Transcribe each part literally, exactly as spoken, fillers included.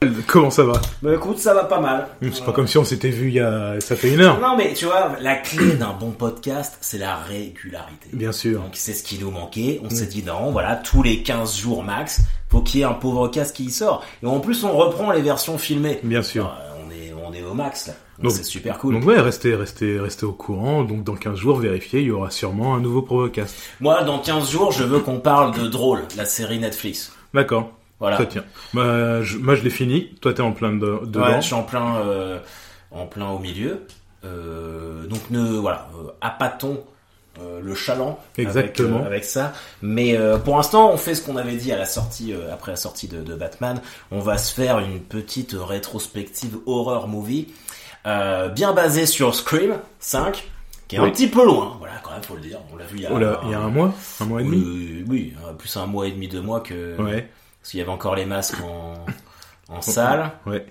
Comment ça va? Bah écoute, ça va pas mal. C'est pas comme si on s'était vu il y a... ça fait une heure. Non mais tu vois, la clé d'un bon podcast, c'est la régularité. Bien sûr. Donc c'est ce qui nous manquait. On mmh. s'est dit non, voilà, tous les quinze jours max, faut qu'il y ait un pauvre cast qui y sort. Et en plus, on reprend les versions filmées. Bien sûr. Alors, on est, on est au max là. Donc, donc c'est super cool. Donc ouais, restez, restez, restez au courant. Donc dans quinze jours, vérifiez, il y aura sûrement un nouveau Provocast. Moi, dans quinze jours, je veux qu'on parle de Drôle, la série Netflix. D'accord. Voilà. Ça tient. Bah, je, moi, je l'ai fini. Toi, t'es en plein de, dedans. Ouais, je suis en plein, euh, en plein au milieu. Euh, donc, ne, voilà, euh, appâtons euh, le chaland. Exactement. Avec, euh, avec ça. Mais euh, pour l'instant, on fait ce qu'on avait dit à la sortie, euh, après la sortie de, de Batman. On va se faire une petite rétrospective horror movie, euh, bien basée sur Scream cinq. Qui est oui. un petit peu loin, voilà, quand même, faut le dire. On l'a vu il y a, oh là, il y a un mois, un mois et demi. Euh, oui, plus un mois et demi, deux mois que. Ouais. Parce qu'il y avait encore les masques en, en salle. Ouais.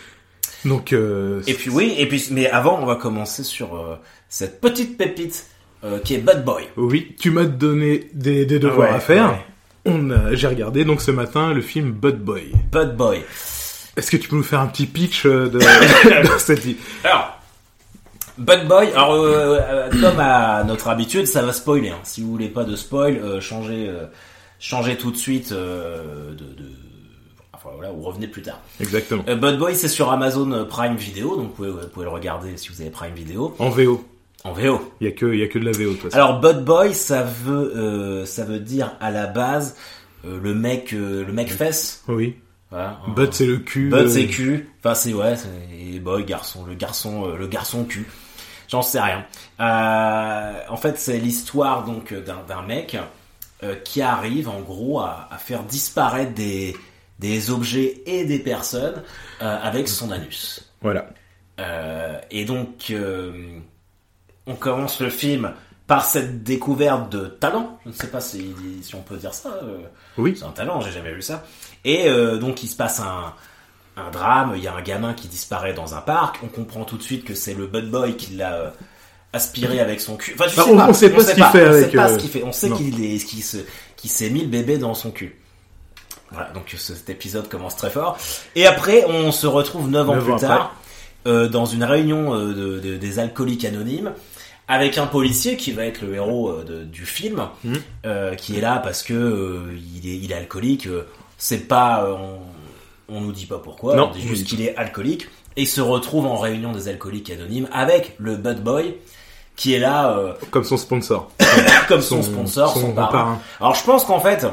Donc. Euh, et puis oui, et puis mais avant, on va commencer sur euh, cette petite pépite euh, qui est Bad Boy. Oui, tu m'as donné des, des devoirs ouais, à faire. Ouais. On a, j'ai regardé donc ce matin le film Bad Boy. Bad Boy. Est-ce que tu peux nous faire un petit pitch de, de cette vie? Alors. Bad Boy, alors euh, euh, comme à notre habitude, ça va spoiler. Hein. Si vous voulez pas de spoil, euh, changez, euh, changez tout de suite euh, de, de, enfin voilà, ou revenez plus tard. Exactement. Euh, Bad Boy, c'est sur Amazon Prime Video, donc vous pouvez, vous pouvez le regarder si vous avez Prime Video. En V O. En V O. Il y a que, il y a que de la V O de toute façon. Alors Bad Boy, ça veut, euh, ça veut dire à la base euh, le mec, euh, le mec fesse. Oui. Voilà, Bud c'est le cul. Bud euh... c'est cul. Enfin c'est ouais, c'est, et boy garçon, le garçon, euh, le garçon cul. J'en sais rien. Euh, en fait, c'est l'histoire donc d'un, d'un mec euh, qui arrive en gros à, à faire disparaître des des objets et des personnes euh, avec son anus. Voilà. Euh, et donc euh, on commence le film par cette découverte de talent. Je ne sais pas si, si on peut dire ça. Euh, oui. C'est un talent, j'ai jamais vu ça. Et euh, donc il se passe un un drame, il y a un gamin qui disparaît dans un parc, on comprend tout de suite que c'est le Bad Boy qui l'a euh, aspiré avec son cul. Enfin, tu bah, sais on, pas, on sait pas on ce sait qu'il pas, fait on avec sait pas euh... ce qu'il fait. On sait non. qu'il est qu'il se qu'il s'est mis le bébé dans son cul. Voilà, donc cet épisode commence très fort. Et après, on se retrouve neuf ans plus tard euh, dans une réunion euh, de, de, des alcooliques anonymes avec un policier qui va être le héros euh, de, du film, mmh. euh, qui est là parce que euh, il est il est alcoolique. Euh, c'est pas euh, on, On nous dit pas pourquoi, non, on dit juste qu'il est alcoolique et se retrouve en réunion des alcooliques anonymes avec le Bad Boy qui est là euh... comme son sponsor, comme son, son sponsor, son, son parrain. parrain. Alors je pense qu'en fait,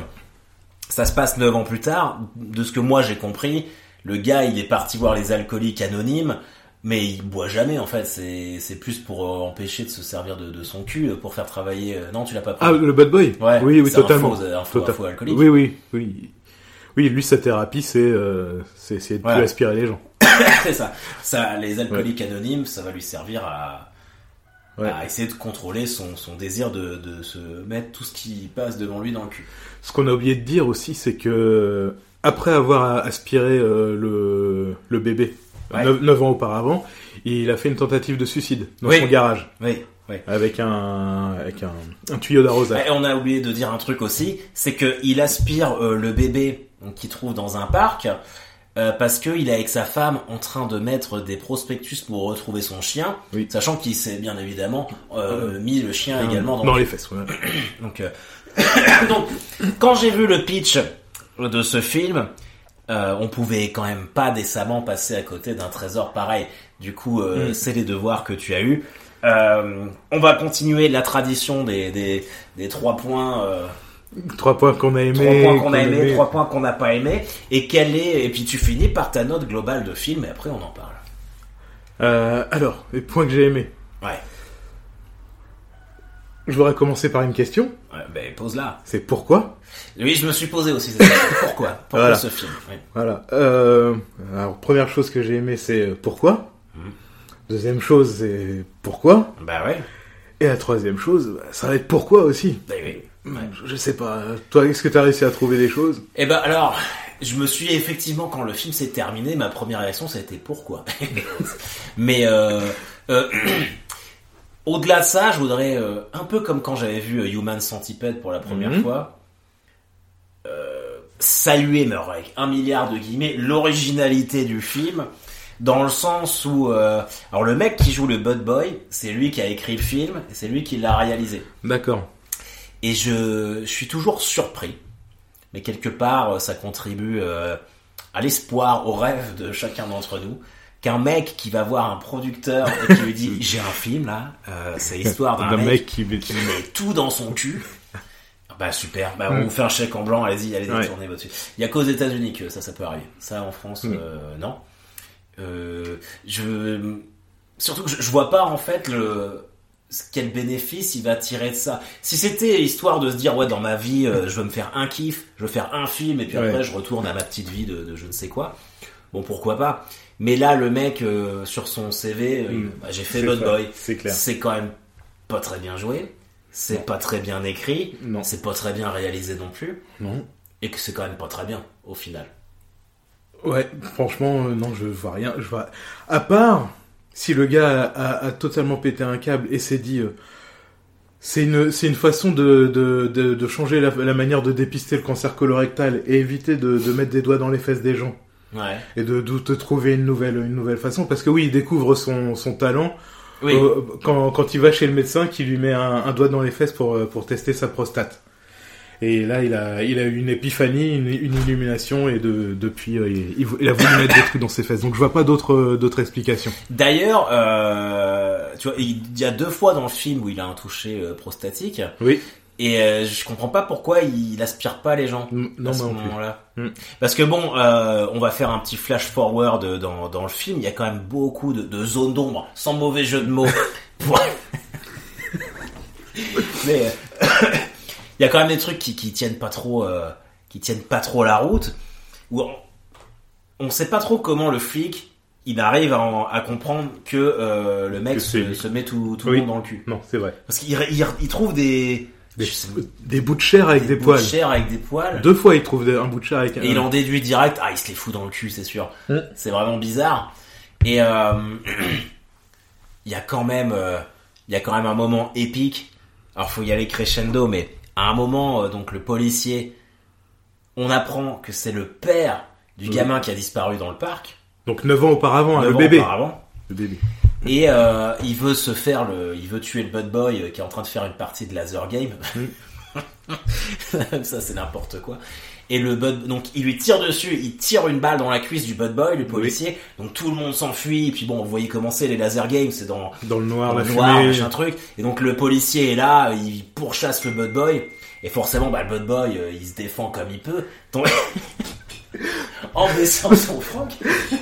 ça se passe neuf ans plus tard. De ce que moi j'ai compris, le gars il est parti voir les alcooliques anonymes, mais il boit jamais en fait. C'est c'est plus pour euh, empêcher de se servir de, de son cul pour faire travailler. Euh... Non, tu l'as pas pris. Ah, le Bad Boy. Ouais. Oui, oui, c'est totalement. Un faux, un faux, Total... un faux alcoolique. Oui, oui, oui. Oui, lui, sa thérapie, c'est, euh, c'est essayer de voilà. plus aspirer les gens. C'est ça. Ça, les alcooliques ouais. anonymes, ça va lui servir à, ouais. à essayer de contrôler son, son désir de, de se mettre tout ce qui passe devant lui dans le cul. Ce qu'on a oublié de dire aussi, c'est que après avoir aspiré euh, le, le bébé ouais. neuf ans auparavant, il a fait une tentative de suicide dans oui. son garage. Oui. Oui. Avec un avec un, un tuyau d'arrosage. Et on a oublié de dire un truc aussi, c'est que il aspire euh, le bébé donc, qu'il trouve dans un parc euh, parce que il est avec sa femme en train de mettre des prospectus pour retrouver son chien, oui. sachant qu'il s'est bien évidemment euh, mis le chien euh, également dans, dans le... les fesses. Ouais. donc euh... donc quand j'ai vu le pitch de ce film, euh, on pouvait quand même pas décemment passer à côté d'un trésor pareil. Du coup, euh, mm. c'est les devoirs que tu as eus. Euh, on va continuer la tradition des des des trois points. Euh, trois points qu'on a aimé. Trois points qu'on, qu'on a aimé, aimé, trois points qu'on n'a pas aimé. Et quelle est et puis tu finis par ta note globale de film et après on en parle. Euh, alors les points que j'ai aimés. Ouais. Je voudrais commencer par une question. Ouais, ben pose-la. C'est pourquoi? Oui, je me suis posé aussi. C'est pourquoi? Pourquoi voilà. ce film? Oui. Voilà. Euh, alors première chose que j'ai aimé, c'est pourquoi. Mmh. Deuxième chose, c'est pourquoi. Bah ouais. Et la troisième chose, ça va être pourquoi aussi. Bah oui. Ouais. Je sais pas. Toi, est-ce que t'as réussi à trouver des choses? Eh ben alors, je me suis effectivement, quand le film s'est terminé, ma première réaction, ça a été pourquoi. Mais euh, euh, au-delà de ça, je voudrais euh, un peu comme quand j'avais vu Human Centipede pour la première mmh. fois. Euh, saluer, mais avec un milliard de guillemets, l'originalité du film, dans le sens où, euh, alors le mec qui joue le Bud Boy, c'est lui qui a écrit le film, et c'est lui qui l'a réalisé. D'accord. Et je, je suis toujours surpris, mais quelque part, ça contribue euh, à l'espoir, au rêve de chacun d'entre nous, qu'un mec qui va voir un producteur et qui lui dit « J'ai un film là, euh, c'est l'histoire d'un mec, mec qui... qui met tout dans son cul ». Bah super, bah, on mm. vous fait un chèque en blanc, allez-y, allez-y, ouais. tournez votre dessus. Il y a qu'aux États-Unis que ça, ça peut arriver. Ça, en France, mm. euh, non. Euh, je... Surtout que je, je vois pas, en fait, le... quel bénéfice il va tirer de ça. Si c'était histoire de se dire, ouais, dans ma vie, euh, je veux me faire un kiff, je veux faire un film, et puis après, ouais. je retourne à ma petite vie de, de je ne sais quoi. Bon, pourquoi pas. Mais là, le mec, euh, sur son C V, euh, mm. bah, j'ai fait Bud Boy. C'est clair. C'est quand même pas très bien joué. C'est non. pas très bien écrit. Non. C'est pas très bien réalisé non plus. Non. Et que c'est quand même pas très bien, au final. Ouais, franchement, euh, non, je vois rien. Je vois... À part, si le gars a, a, a totalement pété un câble et s'est dit... Euh, c'est une, c'est une façon de, de, de, de changer la, la manière de dépister le cancer colorectal et éviter de, de mettre des doigts dans les fesses des gens. Ouais. Et de, de, de trouver une nouvelle, une nouvelle façon. Parce que oui, il découvre son, son talent oui. euh, quand, quand il va chez le médecin qui lui met un, un doigt dans les fesses pour, pour tester sa prostate. Et là, il a, il a eu une épiphanie, une, une illumination, et de, depuis, euh, il, il a voulu mettre des trucs dans ses fesses. Donc, je vois pas d'autres, d'autres explications. D'ailleurs, euh, tu vois, il y a deux fois dans le film où il a un toucher euh, prostatique. Oui. Et euh, je comprends pas pourquoi il, il aspire pas les gens non, à ce non moment-là. Mm. Parce que bon, euh, on va faire un petit flash forward dans, dans le film. Il y a quand même beaucoup de, de zones d'ombre, sans mauvais jeu de mots. Mais euh, il y a quand même des trucs qui, qui tiennent pas trop, euh, qui tiennent pas trop la route. Où on, on sait pas trop comment le flic il arrive à, en, à comprendre que euh, le mec se, se met tout, tout oui. le monde dans le cul. Non, c'est vrai. Parce qu'il il, il trouve des Des, des bouts de chair avec des, des poils. Des bouts de chair avec des poils. Deux fois, il trouve un bout de chair avec un... Et il en déduit direct. Ah, il se les fout dans le cul, c'est sûr. Mmh. C'est vraiment bizarre. Et euh, il y a quand même, euh, il y a quand même un moment épique. Alors, faut y aller crescendo, mais à un moment, euh, donc le policier, on apprend que c'est le père du mmh. gamin qui a disparu dans le parc. Donc neuf ans auparavant, neuf le ans bébé. Auparavant. Le bébé. Et euh, il veut se faire le, il veut tuer le Bud Boy euh, qui est en train de faire une partie de laser game. Mm. Ça c'est n'importe quoi. Et le Bud, donc il lui tire dessus, il tire une balle dans la cuisse du Bud Boy, le policier. Oui. Donc tout le monde s'enfuit. Et puis bon, vous voyez commencer les laser games, c'est dans dans le noir, dans la le noir, fumée. machin truc. Et donc le policier est là, il pourchasse le Bud Boy. Et forcément, bah le Bud Boy, euh, il se défend comme il peut. Donc en baissant son froc.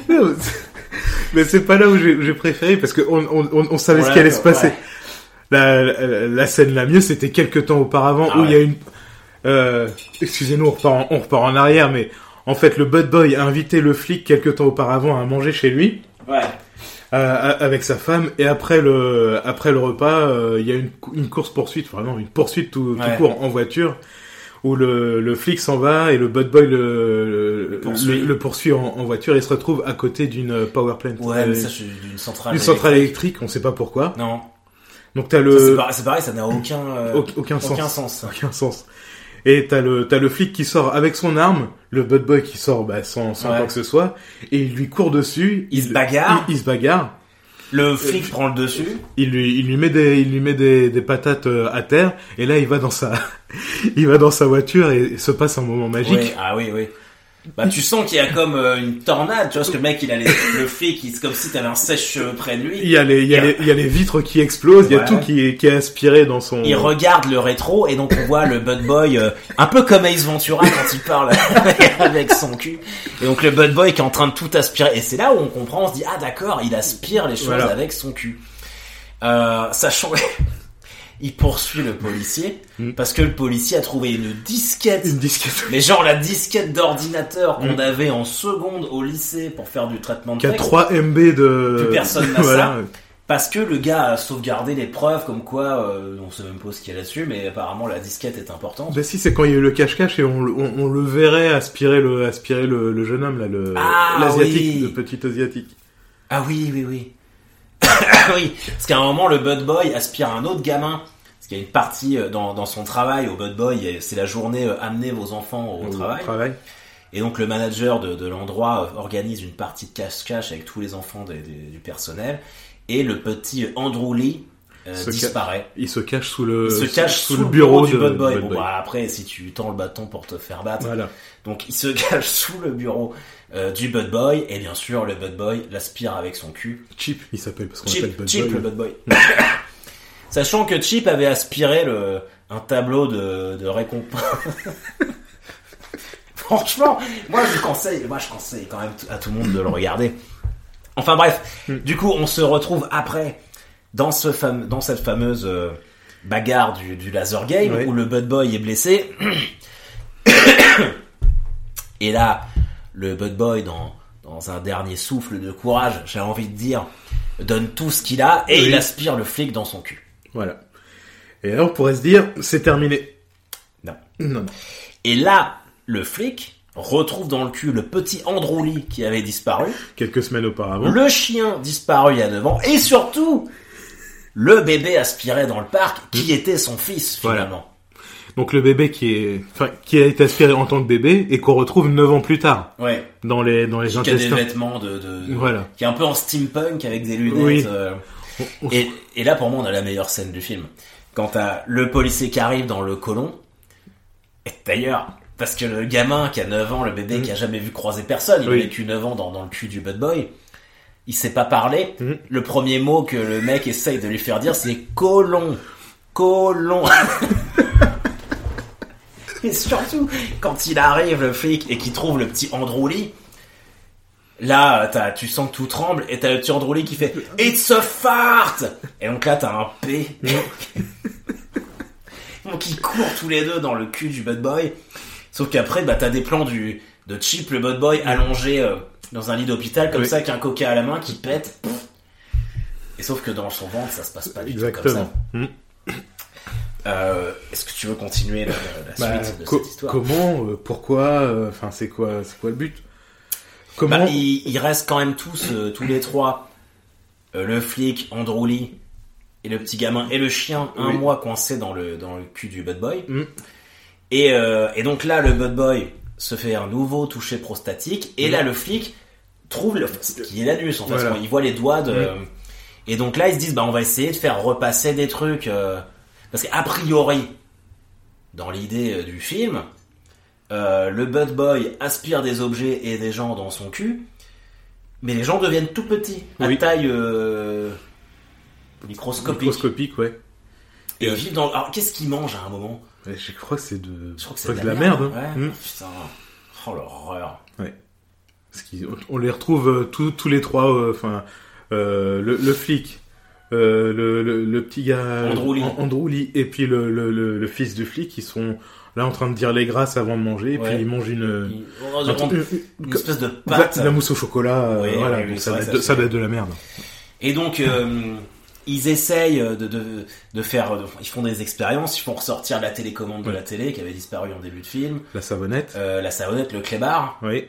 Mais c'est pas là où j'ai, j'ai préféré parce que on, on, on, on savait ouais, ce qui allait se passer. Ouais. La, la, la scène la mieux, c'était quelques temps auparavant ah où il ouais. y a une. Euh, excusez-nous, on repart, en, on repart en arrière, mais en fait, le Bud Boy a invité le flic quelques temps auparavant à manger chez lui. Ouais. Euh, avec sa femme, et après le après le repas, il euh, y a une une course poursuite, vraiment une poursuite tout, tout ouais. court en voiture. Où le, le flic s'en va et le Bud Boy le, le, poursuit. le, le poursuit en, en voiture et se retrouve à côté d'une power plant. Ouais, mais ça, c'est d'une centrale Une centrale électrique, on sait pas pourquoi. Non. Donc t'as le... Ça, c'est, pareil, c'est pareil, ça n'a aucun, euh, aucun, aucun, sens. aucun sens. Aucun sens. Et t'as le, t'as le flic qui sort avec son arme, le Bud Boy qui sort, bah, sans, sans ouais. quoi que ce soit, et il lui court dessus. Il, il se bagarre. Il, il se bagarre. Le flic euh, prend le dessus. Il lui, il lui met des, il lui met des, des patates euh, à terre. Et là, il va dans sa, il va dans sa voiture et, et se passe un moment magique. Oui, ah oui, oui. Bah, tu sens qu'il y a comme euh, une tornade, tu vois, parce que le mec, il a les, le flic, il, c'est comme si t'avais un sèche-cheveux près de lui. Il y a les, il y a les, il y a les vitres qui explosent, ouais. il y a tout qui est, qui est aspiré dans son... Il regarde le rétro, et donc on voit le Bud Boy, euh, un peu comme Ace Ventura quand il parle avec son cul. Et donc le Bud Boy qui est en train de tout aspirer. Et c'est là où on comprend, on se dit, ah d'accord, il aspire les choses voilà. avec son cul. Euh, sachant... Il poursuit le policier mmh. parce que le policier a trouvé une disquette. Une disquette. Mais genre la disquette d'ordinateur qu'on mmh. avait en seconde au lycée pour faire du traitement de texte. Qui a trois mégas de... Plus personne n'a voilà. ça. Parce que le gars a sauvegardé les preuves comme quoi, euh, on sait même pas ce qu'il y a là-dessus, mais apparemment la disquette est importante. Bah si, c'est quand il y a eu le cache-cache et on, on, on le verrait aspirer le, aspirer le, le jeune homme là, le, ah, l'asiatique, oui. le petit asiatique. Ah oui, oui, oui. Oui, parce qu'à un moment, le Bud Boy aspire un autre gamin qu'il y a une partie dans, dans son travail au Bud Boy, c'est la journée euh, amenez vos enfants au, au travail. travail. Et donc le manager de, de l'endroit euh, organise une partie de cache-cache avec tous les enfants des, des, du personnel. Et le petit Andrew Lee euh, disparaît. Ca- il se cache sous le, il se cache sous, sous le bureau, bureau, bureau du de, Bud Boy. Bud Bon, Boy. Bah, après, si tu tends le bâton pour te faire battre. Voilà. Donc il se cache sous le bureau euh, du Bud Boy. Et bien sûr, le Bud Boy l'aspire avec son cul. Chip, il s'appelle parce qu'on Chip, appelle Bud Chip Boy. le Bud Boy. Sachant que Chip avait aspiré le, un tableau de, de récompense. Franchement, moi je conseille, moi je conseille quand même à tout le monde de le regarder. Enfin bref, mm. du coup on se retrouve après dans ce fam- dans cette fameuse euh, bagarre du, du laser game oui. où le Bud Boy est blessé. Et là, le Bud Boy dans dans un dernier souffle de courage, j'ai envie de dire, donne tout ce qu'il a et oui. il aspire le flic dans son cul. Voilà. Et là, on pourrait se dire, c'est terminé. Non. Non, non. Et là, le flic retrouve dans le cul le petit Andrew Lee qui avait disparu. Quelques semaines auparavant. Le chien disparu il y a neuf ans. Et surtout, le bébé aspiré dans le parc qui mmh. était son fils, finalement. Voilà. Donc le bébé qui est, enfin, qui a été aspiré en tant que bébé et qu'on retrouve neuf ans plus tard. Ouais. Dans les, dans les qui intestins. Qui a des vêtements de, de, de voilà. Qui est un peu en steampunk avec des lunettes. Oui. Euh, et, et là, pour moi, on a la meilleure scène du film. Quand t'as le policier qui arrive dans le colon. Et d'ailleurs, parce que le gamin qui a neuf ans, le bébé mmh. qui a jamais vu croiser personne, il oui. a vécu neuf ans dans, dans le cul du Bud Boy. Il sait pas parler. Mmh. Le premier mot que le mec essaye de lui faire dire, c'est colon. Colon. Et surtout, quand il arrive, le flic, et qu'il trouve le petit Andrew Lee, là, t'as, tu sens que tout tremble, et t'as le petit Andrew Lee qui fait « It's a fart !» Et donc là, t'as un P. Donc ils courent tous les deux dans le cul du Bud Boy. Sauf qu'après, bah, t'as des plans du, de Chip, le Bud Boy, allongé euh, dans un lit d'hôpital, comme oui. ça, avec un coca à la main, qui pète. Et sauf que dans son ventre, ça se passe pas du Exactement. tout comme ça. Mmh. Euh, est-ce que tu veux continuer la, la bah, suite de co- cette histoire? Comment, euh, pourquoi, enfin euh, c'est quoi, c'est quoi le but? Comment bah, ils, ils restent quand même tous, euh, tous les trois, euh, le flic, Andrew Lee et le petit gamin et le chien, un oui. mois coincé dans le dans le cul du Bud Boy. Mm. Et euh, et donc là, le Bud Boy se fait un nouveau toucher prostatique et mm. là, le flic trouve le, ce qui est l'anus en fait. Voilà. Il voit les doigts de. Mm. Et donc là, ils se disent bah on va essayer de faire repasser des trucs. Euh, Parce qu'a priori, dans l'idée euh, du film, euh, le Bud Boy aspire des objets et des gens dans son cul, mais les gens deviennent tout petits, à oui. taille euh, microscopique. Microscopique, ouais. Et, et ils vivent dans... Alors, qu'est-ce qu'ils mangent à un moment? Je crois que c'est de... Je crois que c'est de, de la, la merde. merde. merde. Hein. Ouais. Mmh. Putain. Oh, l'horreur. Ouais. Parce qu'on les retrouve euh, tous, tous les trois, enfin, euh, euh, le, le flic... Euh, le, le, le petit gars Andrew Lee. Andrew Lee et puis le, le, le, le fils du flic, ils sont là en train de dire les grâces avant de manger et ouais. puis ils mangent une, ils, on, un, une, une, une espèce de pâte, de la mousse au chocolat, oui, euh, voilà, oui, oui, donc ça, vrai, ça, ça doit être de la merde. Et donc euh, ils essayent de, de, de faire, de, ils font des expériences, ils font ressortir la télécommande de ouais. la télé qui avait disparu en début de film, la savonnette, euh, la savonnette, le clébard. Oui.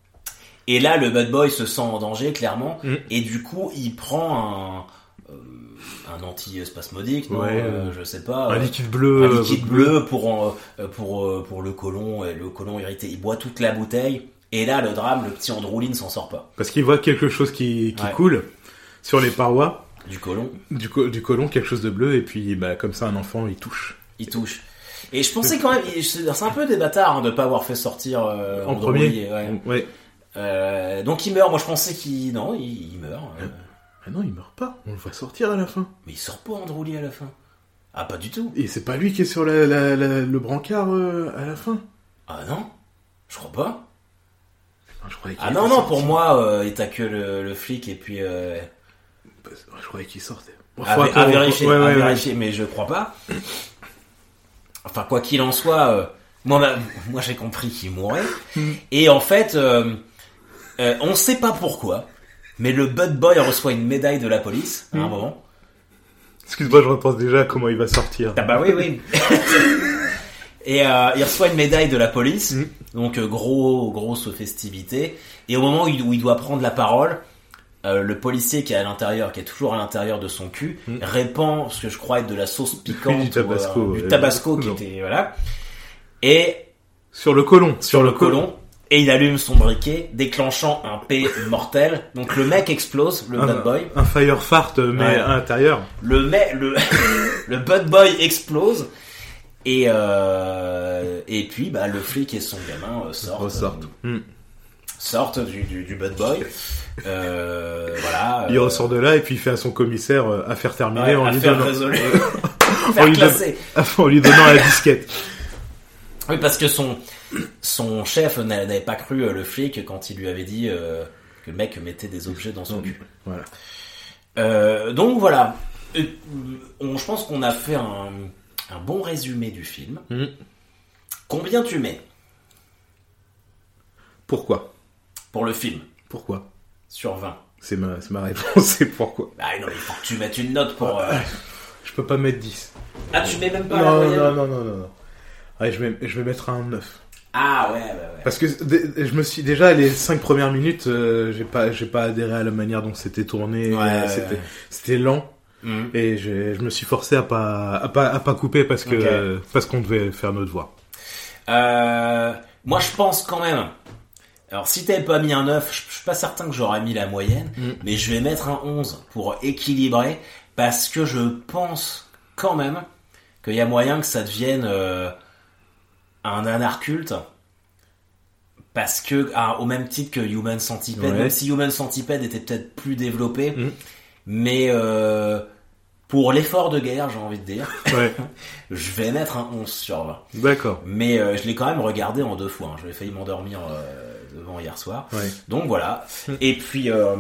Et là, le Bud Boy se sent en danger clairement, mm. et du coup, il prend un euh, un anti-spasmodique, non, ouais, euh, je sais pas. Un liquide bleu. Un liquide bleu, bleu pour, euh, pour, euh, pour le côlon, et le côlon irrité. Il boit toute la bouteille, et là, le drame, le petit Andrew Lee ne s'en sort pas. Parce qu'il voit quelque chose qui, qui ouais. coule sur les parois. Du côlon. Du, co- du côlon, quelque chose de bleu, et puis, bah, comme ça, un enfant, il touche. Il touche. Et je pensais quand même, c'est un peu des bâtards, hein, de pas avoir fait sortir, euh, en Andrew premier. Lee, ouais. ouais. Euh, donc il meurt, moi je pensais qu'il, non, il, il meurt. Euh... Ah non, il meurt pas. On le voit sortir à la fin. Mais il sort pas Andrew Lee à la fin. Ah, pas du tout. Et c'est pas lui qui est sur la, la, la, le brancard euh, à la fin. Ah non, je crois pas. Non, je croyais qu'il ah non, non, sorti. Pour moi, euh, il t'a que le, le flic et puis... Euh... Bah, je croyais qu'il sortait. Bon, à, à vérifier, ouais, à ouais, vérifier ouais. Mais je crois pas. Enfin, quoi qu'il en soit, euh, moi, bah, moi j'ai compris qu'il mourait. Et en fait, euh, euh, on sait pas pourquoi... Mais le Bud Boy reçoit une médaille de la police, à un mmh. moment. Excuse-moi, je repense déjà à comment il va sortir. Ah bah oui, oui. Et euh, il reçoit une médaille de la police, mmh. donc euh, gros, grosse festivité. Et au moment où il, où il doit prendre la parole, Euh, le policier qui est à l'intérieur, qui est toujours à l'intérieur de son cul, mmh. répand ce que je crois être de la sauce piquante, du tabasco, ou, euh, du ouais, tabasco qui était voilà, et sur le côlon, sur, sur le côlon, côlon, et il allume son briquet, déclenchant un P mortel. Donc le mec explose, le un, bad boy, un fire fart mais ouais. à l'intérieur. Le mec, le le bad boy explose. Et euh, et puis bah le flic et son gamin euh, sortent. Ressortent. Euh, mm. sortent du, du, du bad boy. Euh, voilà. Il euh, ressort de là et puis il fait à son commissaire euh, affaire terminée ouais, en, affaire lui donnant, résolue. en, lui don... en lui donnant la disquette. Oui, parce que son son chef n'avait pas cru euh, le flic quand il lui avait dit euh, que le mec mettait des objets dans son mmh. cul. Voilà. Euh, donc voilà. Euh, on, je pense qu'on a fait un, un bon résumé du film. Mmh. Combien tu mets ? Pourquoi ? Pour le film. Pourquoi ? Sur vingt. C'est ma, c'est ma réponse, c'est pourquoi. Ah non, mais il faut que tu mettes une note pour... Euh... Je peux pas mettre dix. Ah, tu mets même pas non, la moyenne ? Non, non, non, non, non. Allez, je vais, je vais mettre un neuf. Ah ouais, ouais, ouais. Parce que je me suis... Déjà, les cinq premières minutes, euh, j'ai pas, j'ai pas adhéré à la manière dont c'était tourné. Ouais, euh, ouais, c'était, ouais. c'était lent. Mmh. Et j'ai, je me suis forcé à pas, à pas, à pas couper parce que, okay. euh, parce qu'on devait faire notre devoir. Euh, moi, je pense quand même... Alors, si t'avais pas mis un neuf, je suis pas certain que j'aurais mis la moyenne, mm. mais je vais mettre un onze pour équilibrer, parce que je pense quand même qu'il y a moyen que ça devienne euh, un nanar culte, parce que, ah, au même titre que Human Centipede, ouais. même si Human Centipede était peut-être plus développé, mm. mais euh, pour l'effort de guerre, j'ai envie de dire, ouais. je vais mettre un onze sur vingt. D'accord. Mais euh, je l'ai quand même regardé en deux fois, hein. J'avais failli m'endormir... Euh, devant hier soir. Ouais. Donc voilà. Et puis euh,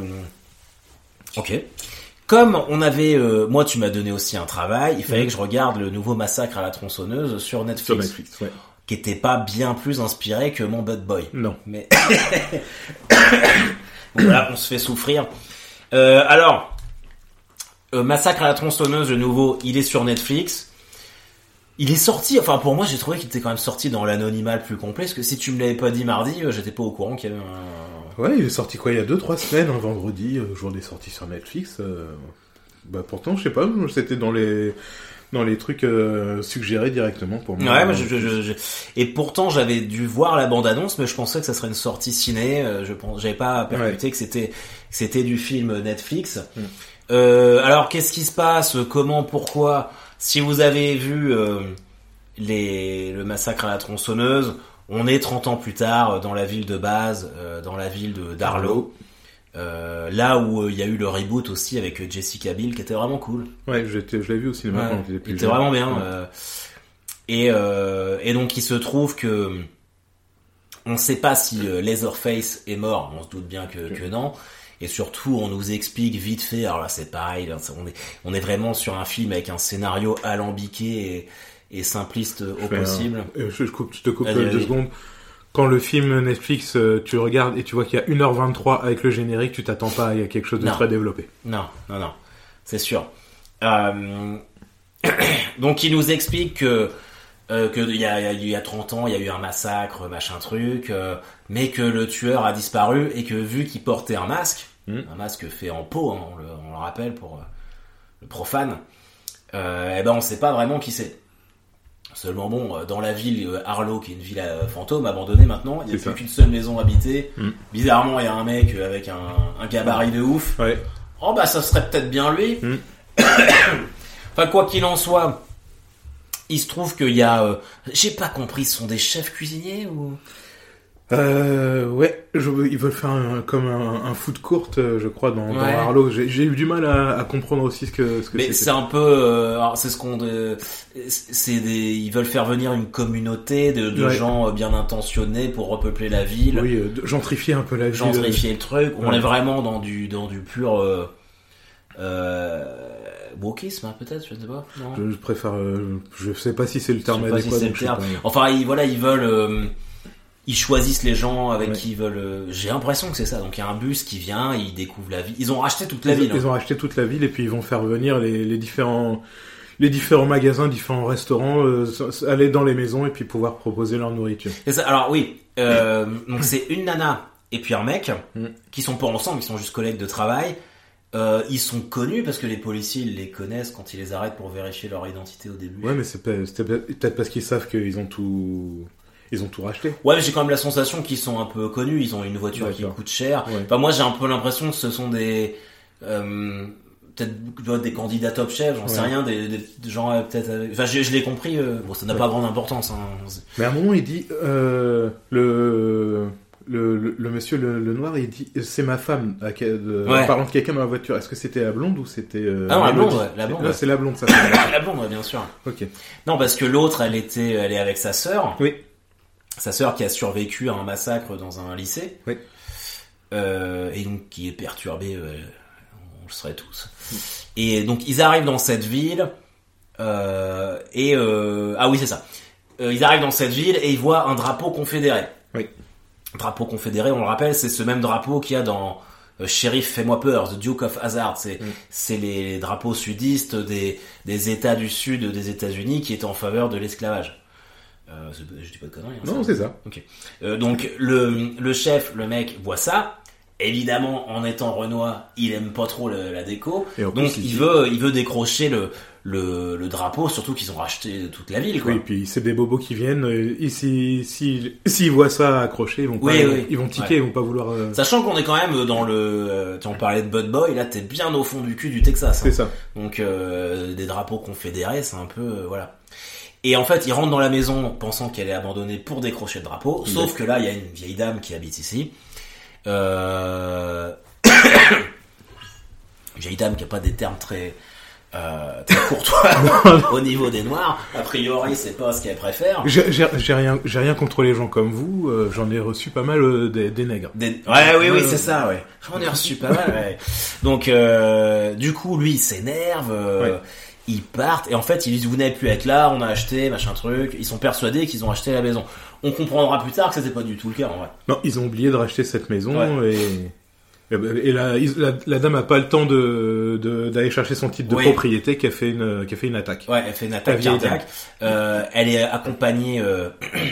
ok. Comme on avait euh, moi tu m'as donné aussi un travail, il fallait mmh. que je regarde le nouveau Massacre à la tronçonneuse sur Netflix. Sur Netflix, ouais. Qui était pas bien plus inspiré que mon Bad Boy. Non. Mais donc voilà, on se fait souffrir. Euh, alors euh, Massacre à la tronçonneuse, le nouveau, il est sur Netflix. Il est sorti, enfin pour moi j'ai trouvé qu'il était quand même sorti dans l'anonymat le plus complet, parce que si tu me l'avais pas dit mardi, j'étais pas au courant qu'il y avait un... Ouais, il est sorti quoi, il y a deux trois semaines, un vendredi, jour des sorties sur Netflix. Euh... Bah pourtant, je sais pas, c'était dans les dans les trucs euh, suggérés directement pour moi. Ouais, moi, je, je, je... et pourtant j'avais dû voir la bande-annonce, mais je pensais que ça serait une sortie ciné, je pense, j'avais pas percuté ouais. que c'était que c'était du film Netflix. Mm. Euh, alors qu'est-ce qui se passe, comment, pourquoi? Si vous avez vu euh, les, le Massacre à la tronçonneuse, on est trente ans plus tard dans la ville de base, euh, dans la ville de d'Arlo, euh, là où il euh, y a eu le reboot aussi avec Jessica Biel, qui était vraiment cool. Ouais, j'étais, je l'ai vu au cinéma ouais, quand j'étais plus jeune. C'était vraiment bien. Ouais. Euh, et, euh, et donc il se trouve que on ne sait pas si euh, Leatherface est mort, on se doute bien que, okay. que non. Et surtout, on nous explique vite fait. Alors là, c'est pareil. Là, on est, on est vraiment sur un film avec un scénario alambiqué et, et simpliste au je possible. Un, je, je, coupe, je te coupe deux vas-y. secondes. Quand le film Netflix, tu regardes et tu vois qu'il y a une heure vingt-trois avec le générique, tu t'attends pas à quelque chose de non. très développé. Non, non, non. C'est sûr. Euh... Donc, il nous explique que euh, qu'il y a, il y a trente ans, il y a eu un massacre, machin truc, euh, mais que le tueur a disparu et que vu qu'il portait un masque, mmh. un masque fait en peau, hein, on, le, on le rappelle pour euh, le profane, euh, et ben on sait pas vraiment qui c'est. Seulement bon, dans la ville euh, Arlo, qui est une ville euh, fantôme abandonnée maintenant, il y a plus qu'une seule maison habitée. Mmh. Bizarrement, il y a un mec avec un, un gabarit de ouf. Ouais. Oh bah ça serait peut-être bien lui. Mmh. Enfin quoi qu'il en soit. Il se trouve qu'il y a... Euh, j'ai pas compris, ce sont des chefs cuisiniers ou... Euh, ouais, je, ils veulent faire un, comme un, un food court, je crois, dans, ouais. dans Arlo. J'ai, j'ai eu du mal à, à comprendre aussi ce que, ce que Mais c'était. c'est un peu... Euh, alors c'est ce qu'on... Euh, c'est des, ils veulent faire venir une communauté de, de ouais. gens bien intentionnés pour repeupler la ville. Oui, euh, gentrifier un peu la ville. Gentrifier le truc. Ouais. On est vraiment dans du, dans du pur... Euh, euh, wokisme, hein, peut-être, je ne sais pas. Non. Je, je préfère, euh, je sais pas si c'est le terme adéquat. Si donc terme. Enfin, ils, voilà, ils veulent, euh, ils choisissent les gens avec ouais. qui ils veulent. Euh, j'ai l'impression que c'est ça. Donc il y a un bus qui vient, ils découvrent la ville. Ils ont racheté toute la ils, ville. Ils hein. ont racheté toute la ville et puis ils vont faire venir les, les différents, les différents magasins, différents restaurants, euh, aller dans les maisons et puis pouvoir proposer leur nourriture. C'est ça. Alors oui, euh, donc c'est une nana et puis un mec, mm. qui sont pas ensemble, ils sont juste collègues de travail. Euh, ils sont connus parce que les policiers ils les connaissent quand ils les arrêtent pour vérifier leur identité au début. Ouais, mais c'est peut-être parce qu'ils savent qu'ils ont tout, ils ont tout racheté. Ouais, mais j'ai quand même la sensation qu'ils sont un peu connus. Ils ont une voiture D'accord. qui coûte cher. Ouais. Enfin, moi, j'ai un peu l'impression que ce sont des, euh, peut-être des candidats top chef, j'en ouais. sais rien, des, des, des gens euh, peut-être. Avec... Enfin, je, je l'ai compris. Euh... Bon, ça n'a ouais. pas grande importance. Hein. Mais à un moment, il dit euh, le. Le, le, le monsieur le, le noir, il dit c'est ma femme à, de, ouais. parlant de quelqu'un dans la voiture. Est-ce que c'était la blonde ou c'était euh, ah non, la blonde, ouais, la blonde. Là, ouais. c'est la blonde, ça. La blonde, ouais, bien sûr. Ok. Non, parce que l'autre, elle était, elle est avec sa sœur. Oui. Sa sœur qui a survécu à un massacre dans un lycée. Oui. Euh, et donc qui est perturbée. Euh, on le serait tous. Mm. Et donc ils arrivent dans cette ville. Euh, et euh, ah oui, c'est ça. Euh, ils arrivent dans cette ville et ils voient un drapeau confédéré. Oui. Drapeau confédéré, on le rappelle, c'est ce même drapeau qu'il y a dans euh, Shérif Fais-moi peur, The Duke of Hazzard. C'est, mm. c'est les, les drapeaux sudistes des, des États du Sud des États-Unis qui étaient en faveur de l'esclavage. Euh, je dis pas de conneries. Hein, non, ça. c'est ça. Okay. Euh, donc le, le chef, le mec, voit ça. Évidemment, en étant Renoir, il aime pas trop le, la déco. Donc plus, il, il veut, il veut décrocher le, le, le drapeau, surtout qu'ils ont racheté toute la ville, quoi. Oui, et puis c'est des bobos qui viennent. Ici, si, s'ils voient ça accroché, ils vont pas, oui, oui. ils vont tiquer, ouais. ils vont pas vouloir. Euh... Sachant qu'on est quand même dans le, tu en parlais de Bud Boy, là t'es bien au fond du cul du Texas. Hein. C'est ça. Donc euh, des drapeaux confédérés, c'est un peu, euh, voilà. Et en fait, ils rentrent dans la maison pensant qu'elle est abandonnée pour décrocher le drapeau. Oui. Sauf que là, il y a une vieille dame qui habite ici. Euh... vieille dame qui a pas des termes très euh, très courtois au niveau des noirs. A priori, c'est pas ce qu'elle préfère. J'ai, j'ai, j'ai rien, j'ai rien contre les gens comme vous. Euh, j'en ai reçu pas mal euh, des, des nègres. Des... Ouais, oui, oui, c'est ça. Ouais. J'en ai reçu pas mal. Ouais. Donc, euh, du coup, lui, il s'énerve. Euh, ouais. Ils partent et en fait, ils disent vous n'avez plus à être là. On a acheté machin truc. Ils sont persuadés qu'ils ont acheté la maison. On comprendra plus tard que c'était pas du tout le cas en vrai. Non, ils ont oublié de racheter cette maison ouais. et, et la, la, la dame a pas le temps de, de d'aller chercher son titre de oui. propriété qui a fait une qui a fait une attaque. Ouais, elle fait une attaque cardiaque. Euh, elle est accompagnée euh,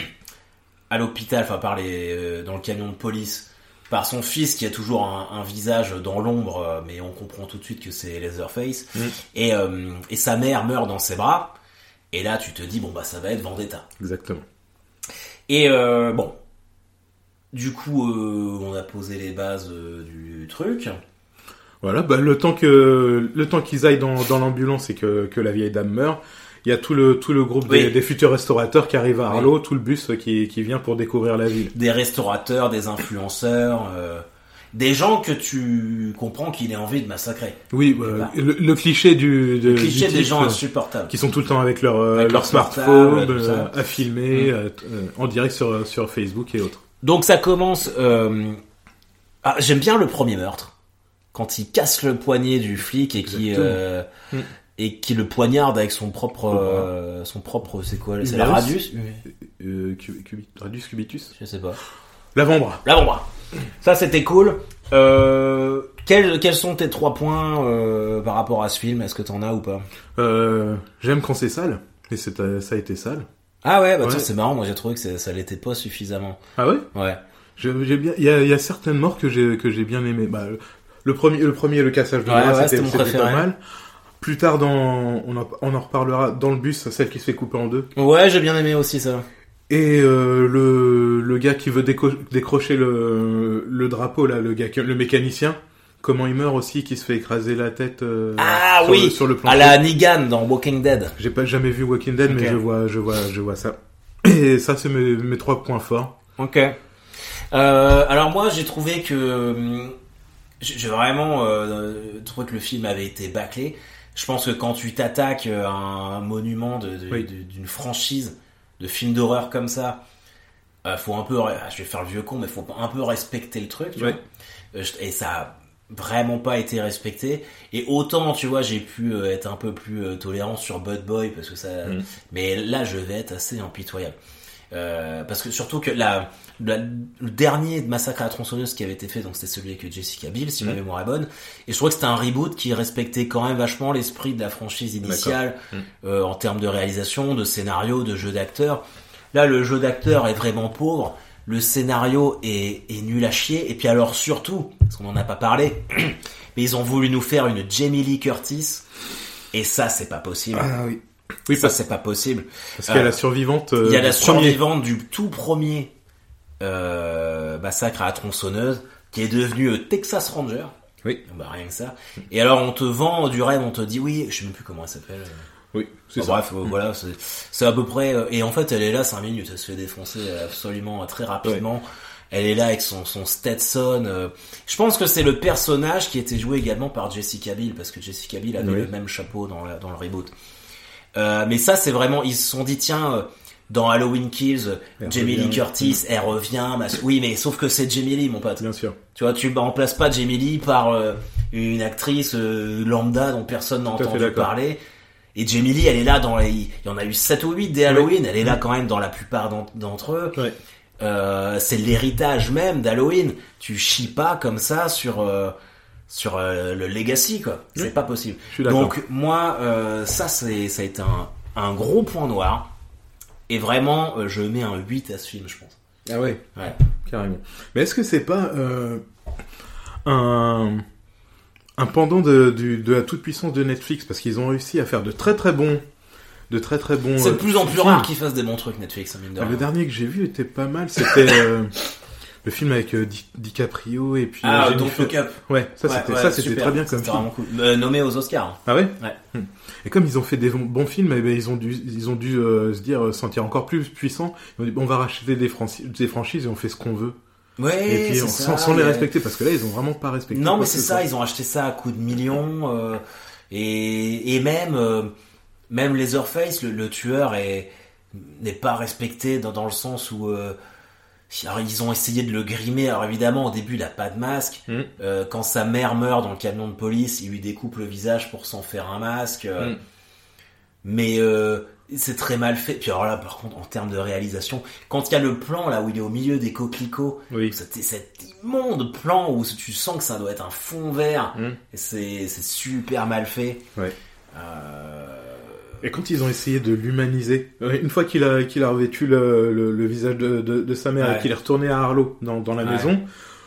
à l'hôpital, enfin par les euh, dans le camion de police par son fils qui a toujours un, un visage dans l'ombre, euh, mais on comprend tout de suite que c'est Leatherface. Mm. Et euh, et sa mère meurt dans ses bras. Et là, tu te dis bon bah ça va être Vendetta. Exactement. Et euh, bon, du coup, euh, on a posé les bases euh, du truc. Voilà, bah le temps que le temps qu'ils aillent dans, dans l'ambulance et que que la vieille dame meurt, il y a tout le tout le groupe oui. des, des futurs restaurateurs qui arrivent à Harlow, oui. tout le bus qui qui vient pour découvrir la ville. Des restaurateurs, des influenceurs. Euh... Des gens que tu comprends qu'il ait envie de massacrer. Oui, euh, le, le cliché du, de, le cliché du des type, gens insupportables. Qui sont tout le temps avec leur, avec leur, leur smartphone, euh, à filmer, mmh. euh, en direct sur, sur Facebook et autres. Donc ça commence... Euh... Ah, j'aime bien le premier meurtre. Quand il casse le poignet du flic et qui... Euh... Mmh. Et qui le poignarde avec son propre... Euh... Son propre... C'est quoi? C'est la radius euh, cubi... Radius cubitus? Je sais pas. L'avant-bras. L'avant-bras. Ça, c'était cool. Euh, quels, quels sont tes trois points euh, par rapport à ce film? Est-ce que t'en as ou pas? euh, J'aime quand c'est sale. Et c'est, ça a été sale. Ah ouais, bah ouais. Tiens, c'est marrant. Moi, j'ai trouvé que ça, ça l'était pas suffisamment. Ah ouais? Ouais. Je, j'ai bien. Il y a, il y a certaines morts que j'ai que j'ai bien aimé. Bah, le premier, le premier, le cassage de ouais, bras, ouais, c'était, c'était, c'était pas mal. Plus tard, dans, on en, on en reparlera dans le bus, celle qui se fait couper en deux. Ouais, j'ai bien aimé aussi ça. Et euh, le le gars qui veut déco- décrocher le le drapeau là, le gars le mécanicien, comment il meurt aussi, qui se fait écraser la tête euh, ah sur, oui le, sur le plancher. À la Negan dans Walking Dead. J'ai pas jamais vu Walking Dead, okay. mais je vois je vois je vois ça. Et ça c'est mes mes trois points forts. Ok. Euh, alors moi j'ai trouvé que j'ai vraiment euh, trouvé que le film avait été bâclé. Je pense que quand tu t'attaques à un monument de, de, oui. de, d'une franchise de films d'horreur comme ça, euh, faut un peu, je vais faire le vieux con, mais faut un peu respecter le truc, tu ouais. vois. Et ça a vraiment pas été respecté. Et autant, tu vois, j'ai pu euh, être un peu plus euh, tolérant sur Bud Boy parce que ça, mm. mais là, je vais être assez impitoyable. Euh, parce que surtout que la, la, le dernier Massacre à la tronçonneuse qui avait été fait, donc c'était celui avec Jessica Biel, si mmh. ma mémoire est bonne, et je trouvais que c'était un reboot qui respectait quand même vachement l'esprit de la franchise initiale, mmh. euh, en termes de réalisation, de scénario, de jeu d'acteur. Là, le jeu d'acteur est vraiment pauvre. le scénario est, est nul à chier. Et puis alors surtout, parce qu'on en a pas parlé, mais ils ont voulu nous faire une Jamie Lee Curtis. Et ça, c'est pas possible. Ah oui. Oui, ça, c'est pas possible. Parce qu'il y a euh, la survivante. Euh, il y a la survivante du tout premier euh, massacre à la tronçonneuse, qui est devenue euh, Texas Ranger. Oui. Bah, rien que ça. Et alors, on te vend du rêve, on te dit, oui, je sais même plus comment elle s'appelle. Oui, c'est enfin, ça. Bref, euh, mmh. voilà, c'est, c'est à peu près, euh, et en fait, elle est là cinq minutes, elle se fait défoncer absolument très rapidement. Ouais. Elle est là avec son, son Stetson. Euh, je pense que c'est le personnage qui était joué également par Jessica Biel, parce que Jessica Biel avait oui. le même chapeau dans, la, dans le reboot. Euh, mais ça, c'est vraiment, ils se sont dit, tiens, euh, dans Halloween Kills, elle Jamie revient, Lee Curtis, oui. elle revient. Bah, oui, mais sauf que c'est Jamie Lee, mon pote. Bien sûr. Tu vois, tu remplaces pas Jamie Lee par euh, une actrice euh, lambda dont personne n'a entendu parler. Et Jamie Lee, elle est là dans les, il y en a eu sept ou huit des Halloween, oui. elle est là quand même dans la plupart d'entre eux. Oui. Euh, c'est l'héritage même d'Halloween. Tu chies pas comme ça sur euh, sur euh, le legacy, quoi. C'est oui. pas possible. Donc moi, euh, ça c'est ça a été un un gros point noir. Et vraiment, euh, je mets un huit à ce film, je pense. Ah ouais. Ouais. Carrément. Mais est-ce que c'est pas euh, un un pendant de, de, de la toute-puissance de Netflix, parce qu'ils ont réussi à faire de très très bons, de très très bons. C'est de plus en plus rare qu'ils fassent des bons trucs Netflix, mine de rien. Le dernier que j'ai vu était pas mal, c'était euh, le film avec euh, Di- DiCaprio et puis. Ah, euh, Don't Look Up. Ouais, ça ouais, c'était ouais, ça c'était super. très bien comme c'était film. Vraiment cool. Euh, nommé aux Oscars. Ah ouais. Ouais. Hum. Et comme ils ont fait des bons films, eh ben, ils ont dû ils ont dû euh, se dire sentir encore plus puissants. Ils ont dit bon, on va racheter des, franchi- des franchises et on fait ce qu'on veut. Ouais, et puis c'est on, ça, sans, sans les ouais. respecter, parce que là ils ont vraiment pas respecté. Non, mais c'est ça, ils ont acheté ça à coups de millions euh, et et même euh, même Leatherface, le, le tueur est n'est pas respecté dans dans le sens où euh, alors, ils ont essayé de le grimer. Alors évidemment, au début, il a pas de masque. Mmh. Euh, quand sa mère meurt dans le camion de police, il lui découpe le visage pour s'en faire un masque. Euh, mmh. Mais euh, c'est très mal fait. Puis alors là, par contre, en termes de réalisation, quand il y a le plan là où il est au milieu des coquelicots, oui. cet, cet immonde plan où tu sens que ça doit être un fond vert, mmh. et c'est, c'est super mal fait. Ouais. Euh... Et quand ils ont essayé de l'humaniser, une fois qu'il a qu'il a revêtu le, le, le visage de, de, de sa mère ouais. et qu'il est retourné à Harlow dans, dans la ouais. maison,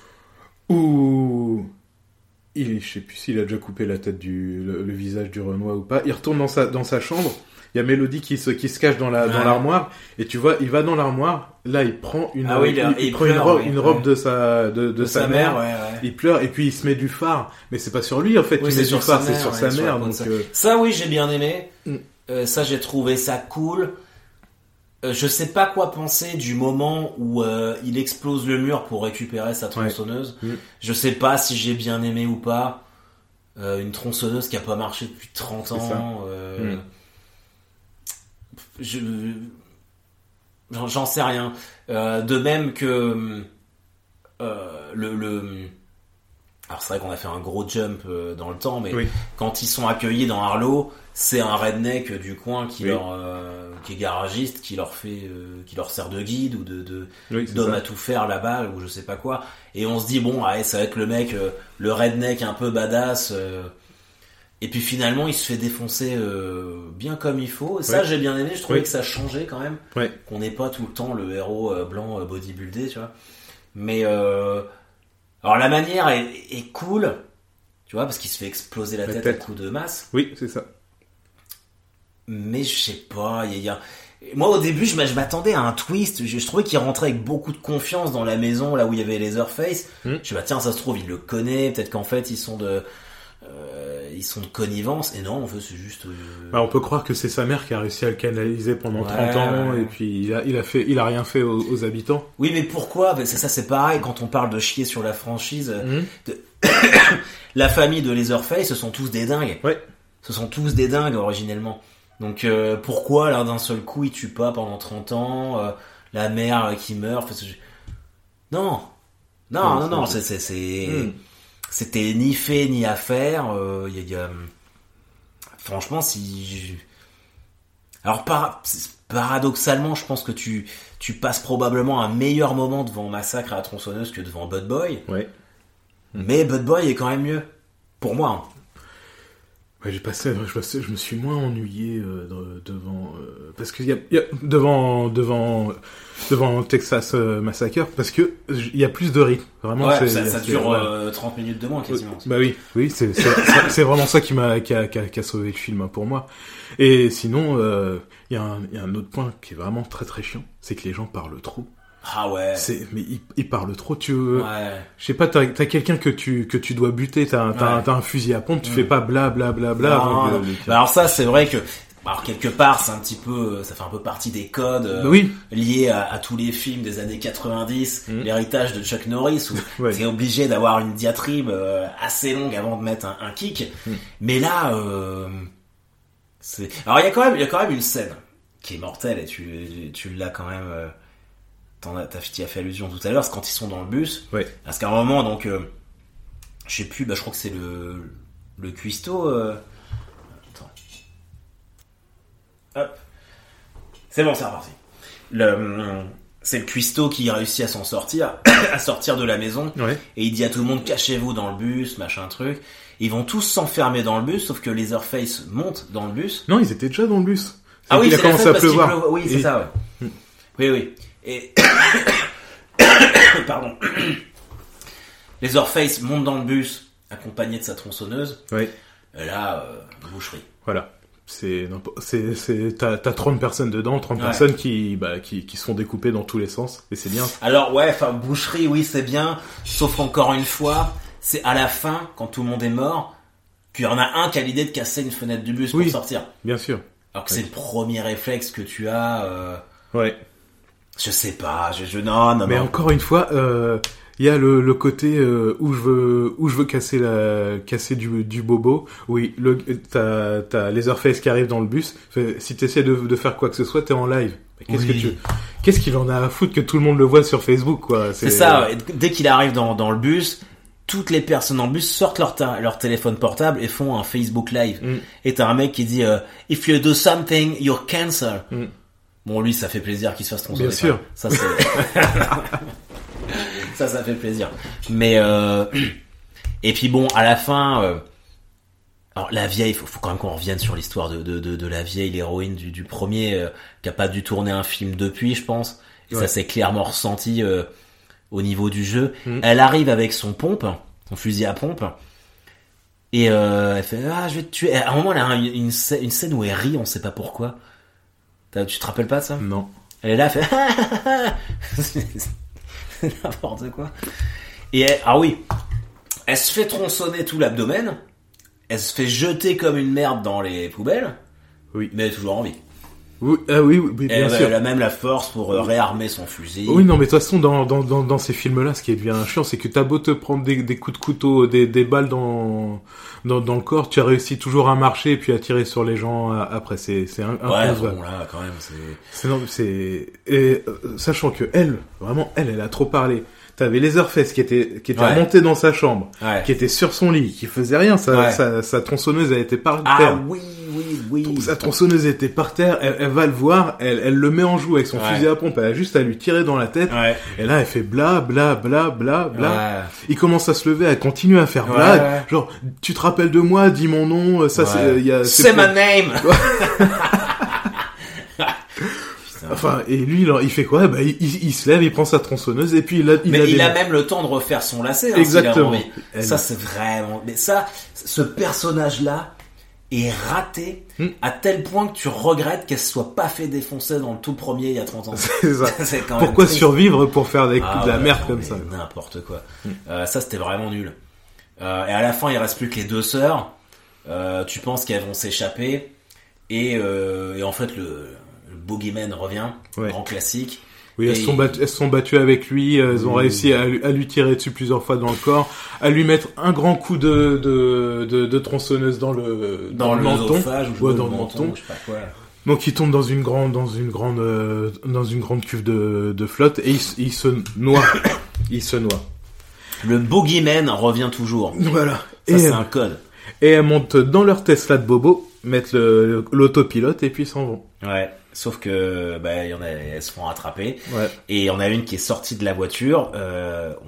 où il, je sais plus s'il a déjà coupé la tête du le, le visage du Renoir ou pas, il retourne dans sa dans sa chambre. Il y a Mélodie qui se qui se cache dans la ouais. dans l'armoire et tu vois, il va dans l'armoire, là il prend une ah oui, il, il, il, il prend pleure, une robe, oui, une robe ouais. de sa de, de, de sa, sa mère, mère ouais, ouais. il pleure et puis il se met du fard, mais c'est pas sur lui en fait, oui, il met du phare, c'est mère, sur ouais, sa sur mère donc ça. Euh... ça oui, j'ai bien aimé. Mm. Euh, ça j'ai trouvé ça cool. Euh, je sais pas quoi penser du moment où euh, il explose le mur pour récupérer sa tronçonneuse. Ouais. Mm. Je sais pas si j'ai bien aimé ou pas. Euh, une tronçonneuse qui a pas marché depuis trente ans. Euh... Mm. Je... J'en, j'en sais rien. Euh, de même que euh, le, le... Alors c'est vrai qu'on a fait un gros jump euh, dans le temps, mais oui. quand ils sont accueillis dans Harlow, c'est un redneck du coin qui oui. leur, euh, qui est garagiste, qui leur fait, euh, qui leur sert de guide ou de, de oui, d'homme à tout faire là-bas ou je sais pas quoi. Et on se dit bon, ouais, ça va être le mec, euh, le redneck un peu badass. Euh, et puis finalement, il se fait défoncer euh, bien comme il faut. Et ça, oui. j'ai bien aimé. Je trouvais oui. que ça changeait quand même, oui. qu'on n'ait pas tout le temps le héros euh, blanc euh, bodybuildé, tu vois. Mais euh, alors la manière est, est cool, tu vois, parce qu'il se fait exploser la, la tête, tête à coups de masse. Oui, c'est ça. Mais je sais pas, il y, y a... Moi au début je m'attendais à un twist, je, je trouvais qu'il rentrait avec beaucoup de confiance dans la maison là où il y avait Leatherface. Mmh. Je dis bah tiens, ça se trouve il le connaît, peut-être qu'en fait ils sont de euh, ils sont de connivence. Et non, en fait c'est juste euh... bah, on peut croire que c'est sa mère qui a réussi à le canaliser pendant ouais, trente ans ouais. et puis il a, il a fait il a rien fait aux, aux habitants. Oui, mais pourquoi? C'est ça, c'est pareil quand on parle de chier sur la franchise. Mmh. De... La famille de Leatherface, ce sont tous des dingues. Ouais. Ce sont tous des dingues originellement. Donc euh, pourquoi là d'un seul coup il tue pas pendant trente ans euh, la mère euh, qui meurt enfin, c'est... non non non non c'est c'est c'est mm. c'était ni fait ni à faire euh, y a, y a... franchement si alors par... paradoxalement je pense que tu tu passes probablement un meilleur moment devant Massacre à la tronçonneuse que devant Bad Boy ouais mais Bad Boy est quand même mieux pour moi hein. Ouais, j'ai passé, je, passé, je me suis moins ennuyé euh, devant, euh, parce qu'il y a, y a devant, devant, devant Texas Massacre, parce que il y a plus de rythme. Vraiment, ouais, c'est, ça, ça c'est, dure ouais. euh, trente minutes de moins quasiment. Bah oui, oui, c'est, c'est, c'est, c'est vraiment ça qui m'a, qui a, qui a, qui a sauvé le film pour moi. Et sinon, il euh, y a un, il y a un autre point qui est vraiment très très chiant, c'est que les gens parlent trop. Ah ouais. C'est, mais ils, ils parlent trop. Tu, ouais. Je sais pas, t'as, t'as quelqu'un que tu que tu dois buter, t'as, t'as, ouais. t'as un fusil à pompe, tu mmh. fais pas bla bla bla bla. Non, non. Le, bah alors ça, c'est vrai que, alors quelque part, c'est un petit peu, ça fait un peu partie des codes euh, oui. liés à, à tous les films des années quatre-vingt-dix, mmh. l'héritage de Chuck Norris, où ouais. t'es obligé d'avoir une diatribe euh, assez longue avant de mettre un, un kick. Mmh. Mais là, euh, c'est, alors il y a quand même, il y a quand même une scène qui est mortelle et tu, tu l'as quand même. Euh, T'en as, t'as fait allusion tout à l'heure, c'est quand ils sont dans le bus. Ouais. Parce qu'à un moment, donc, euh, je sais plus, bah, je crois que c'est le, le cuistot, euh... Attends. Hop. C'est bon, c'est reparti. Le, c'est le cuistot qui réussit à s'en sortir, à sortir de la maison. Ouais. Et il dit à tout le monde, cachez-vous dans le bus, machin truc. Ils vont tous s'enfermer dans le bus, sauf que Leatherface monte dans le bus. Non, ils étaient déjà dans le bus. C'est ah oui, il a commencé à pleuvoir. Pleuve... Oui, c'est et... ça, ouais. Mm. Oui, oui. Et pardon. Leatherface monte dans le bus accompagné de sa tronçonneuse. Oui. Et là, euh, boucherie. Voilà. C'est, c'est, c'est, t'as, t'as trente personnes dedans, trente ouais. personnes qui, bah, qui, qui se font découper dans tous les sens. Et c'est bien. Alors, ouais, enfin, boucherie, oui, c'est bien. Sauf encore une fois, c'est à la fin, quand tout le monde est mort, qu'il y en a un qui a l'idée de casser une fenêtre du bus oui, pour sortir. Bien sûr. Alors que ouais. c'est le premier réflexe que tu as, euh... Ouais. Je sais pas, je, je non, non, mais non. encore une fois, il euh, y a le, le côté euh, où je veux, où je veux casser la, casser du, du bobo. Oui, le, t'as, t'as Leatherface qui arrive dans le bus. Fait, si t'essaies de, de faire quoi que ce soit, t'es en live. Mais qu'est-ce oui. que tu, qu'est-ce qu'il en a à foutre que tout le monde le voit sur Facebook, quoi. C'est, c'est ça. Ouais. Dès qu'il arrive dans, dans le bus, toutes les personnes en bus sortent leur, ta- leur téléphone portable et font un Facebook Live. Mm. Et t'as un mec qui dit, euh, if you do something, you're cancelled. Mm. Bon, lui, ça fait plaisir qu'il se fasse tronçonner. Bien sûr. Ça, c'est... ça, ça fait plaisir. Mais, euh... et puis bon, à la fin, euh... alors, la vieille, faut, faut quand même qu'on revienne sur l'histoire de, de, de, de la vieille, l'héroïne du, du premier, euh, qui a pas dû tourner un film depuis, je pense. Et ouais. ça s'est clairement ressenti, euh, au niveau du jeu. Mmh. Elle arrive avec son pompe, son fusil à pompe. Et, euh, elle fait, ah, je vais te tuer. À un moment, elle a une, une, une scène où elle rit, on sait pas pourquoi. Tu te rappelles pas de ça? Non. Elle est là, elle fait c'est n'importe quoi. Et elle, ah oui, elle se fait tronçonner tout l'abdomen, elle se fait jeter comme une merde dans les poubelles, oui, mais elle est toujours en vie. Oui, ah oui, oui, bien elle, sûr. Elle a même la force pour euh, réarmer son fusil. Oui, non, mais de toute façon, dans, dans, dans, dans ces films-là, ce qui devient chiant, c'est que t'as beau te prendre des, des coups de couteau, des, des balles dans, dans, dans le corps, tu as réussi toujours à marcher et puis à tirer sur les gens après. C'est, c'est un, un ouais, bon, là, quand même, c'est... C'est, non, c'est, et, euh, sachant que elle, vraiment, elle, elle a trop parlé. T'avais Leatherface qui était, qui était ouais. remonté dans sa chambre, ouais. qui était sur son lit, qui faisait rien, sa, ouais. sa, sa tronçonneuse, elle était par ah, terre. Ah oui, oui, oui. Sa tronçonneuse était par terre, elle, elle va le voir, elle, elle le met en joue avec son ouais. fusil à pompe, elle a juste à lui tirer dans la tête, ouais. et là elle fait bla bla bla bla bla. Ouais. Il commence à se lever, elle continue à faire bla, ouais, ouais. genre, tu te rappelles de moi, dis mon nom, ça ouais. c'est, il y a, c'est my name. Enfin, et lui, il fait quoi? Bah, il, il, il se lève, il prend sa tronçonneuse, et puis il a, il mais a il des... a même le temps de refaire son lacet. Hein, exactement. Elle... Ça, c'est vraiment, mais ça, ce personnage-là est raté hmm. à tel point que tu regrettes qu'elle se soit pas fait défoncer dans le tout premier il y a trente ans. C'est ça. c'est quand Pourquoi même survivre pour faire des ah, de la ouais, merde non, comme ça? N'importe quoi. Hmm. Euh, ça, c'était vraiment nul. Euh, et à la fin, il reste plus que les deux sœurs. Euh, tu penses qu'elles vont s'échapper. Et, euh, et en fait, le, le Boogeyman revient. Ouais. Grand classique. Oui, elles, et... sont battues, elles se sont battues avec lui, elles ont mmh. réussi à, à lui tirer dessus plusieurs fois dans le corps, à lui mettre un grand coup de, de, de, de tronçonneuse dans le, dans, dans le menton. Ou ouais, dans le menton. menton je sais pas quoi. Donc il tombe dans une grande, dans une grande, euh, dans une grande cuve de, de flotte et il, il se noie. il se noie. Le Boogeyman revient toujours. Voilà. Ça, et c'est un code. Et elles montent dans leur Tesla de bobo, mettent le, l'autopilote et puis s'en vont. Ouais. Sauf que, bah, il y en a, elles se font rattraper. Ouais. Et il y en a une qui est sortie de la voiture, euh,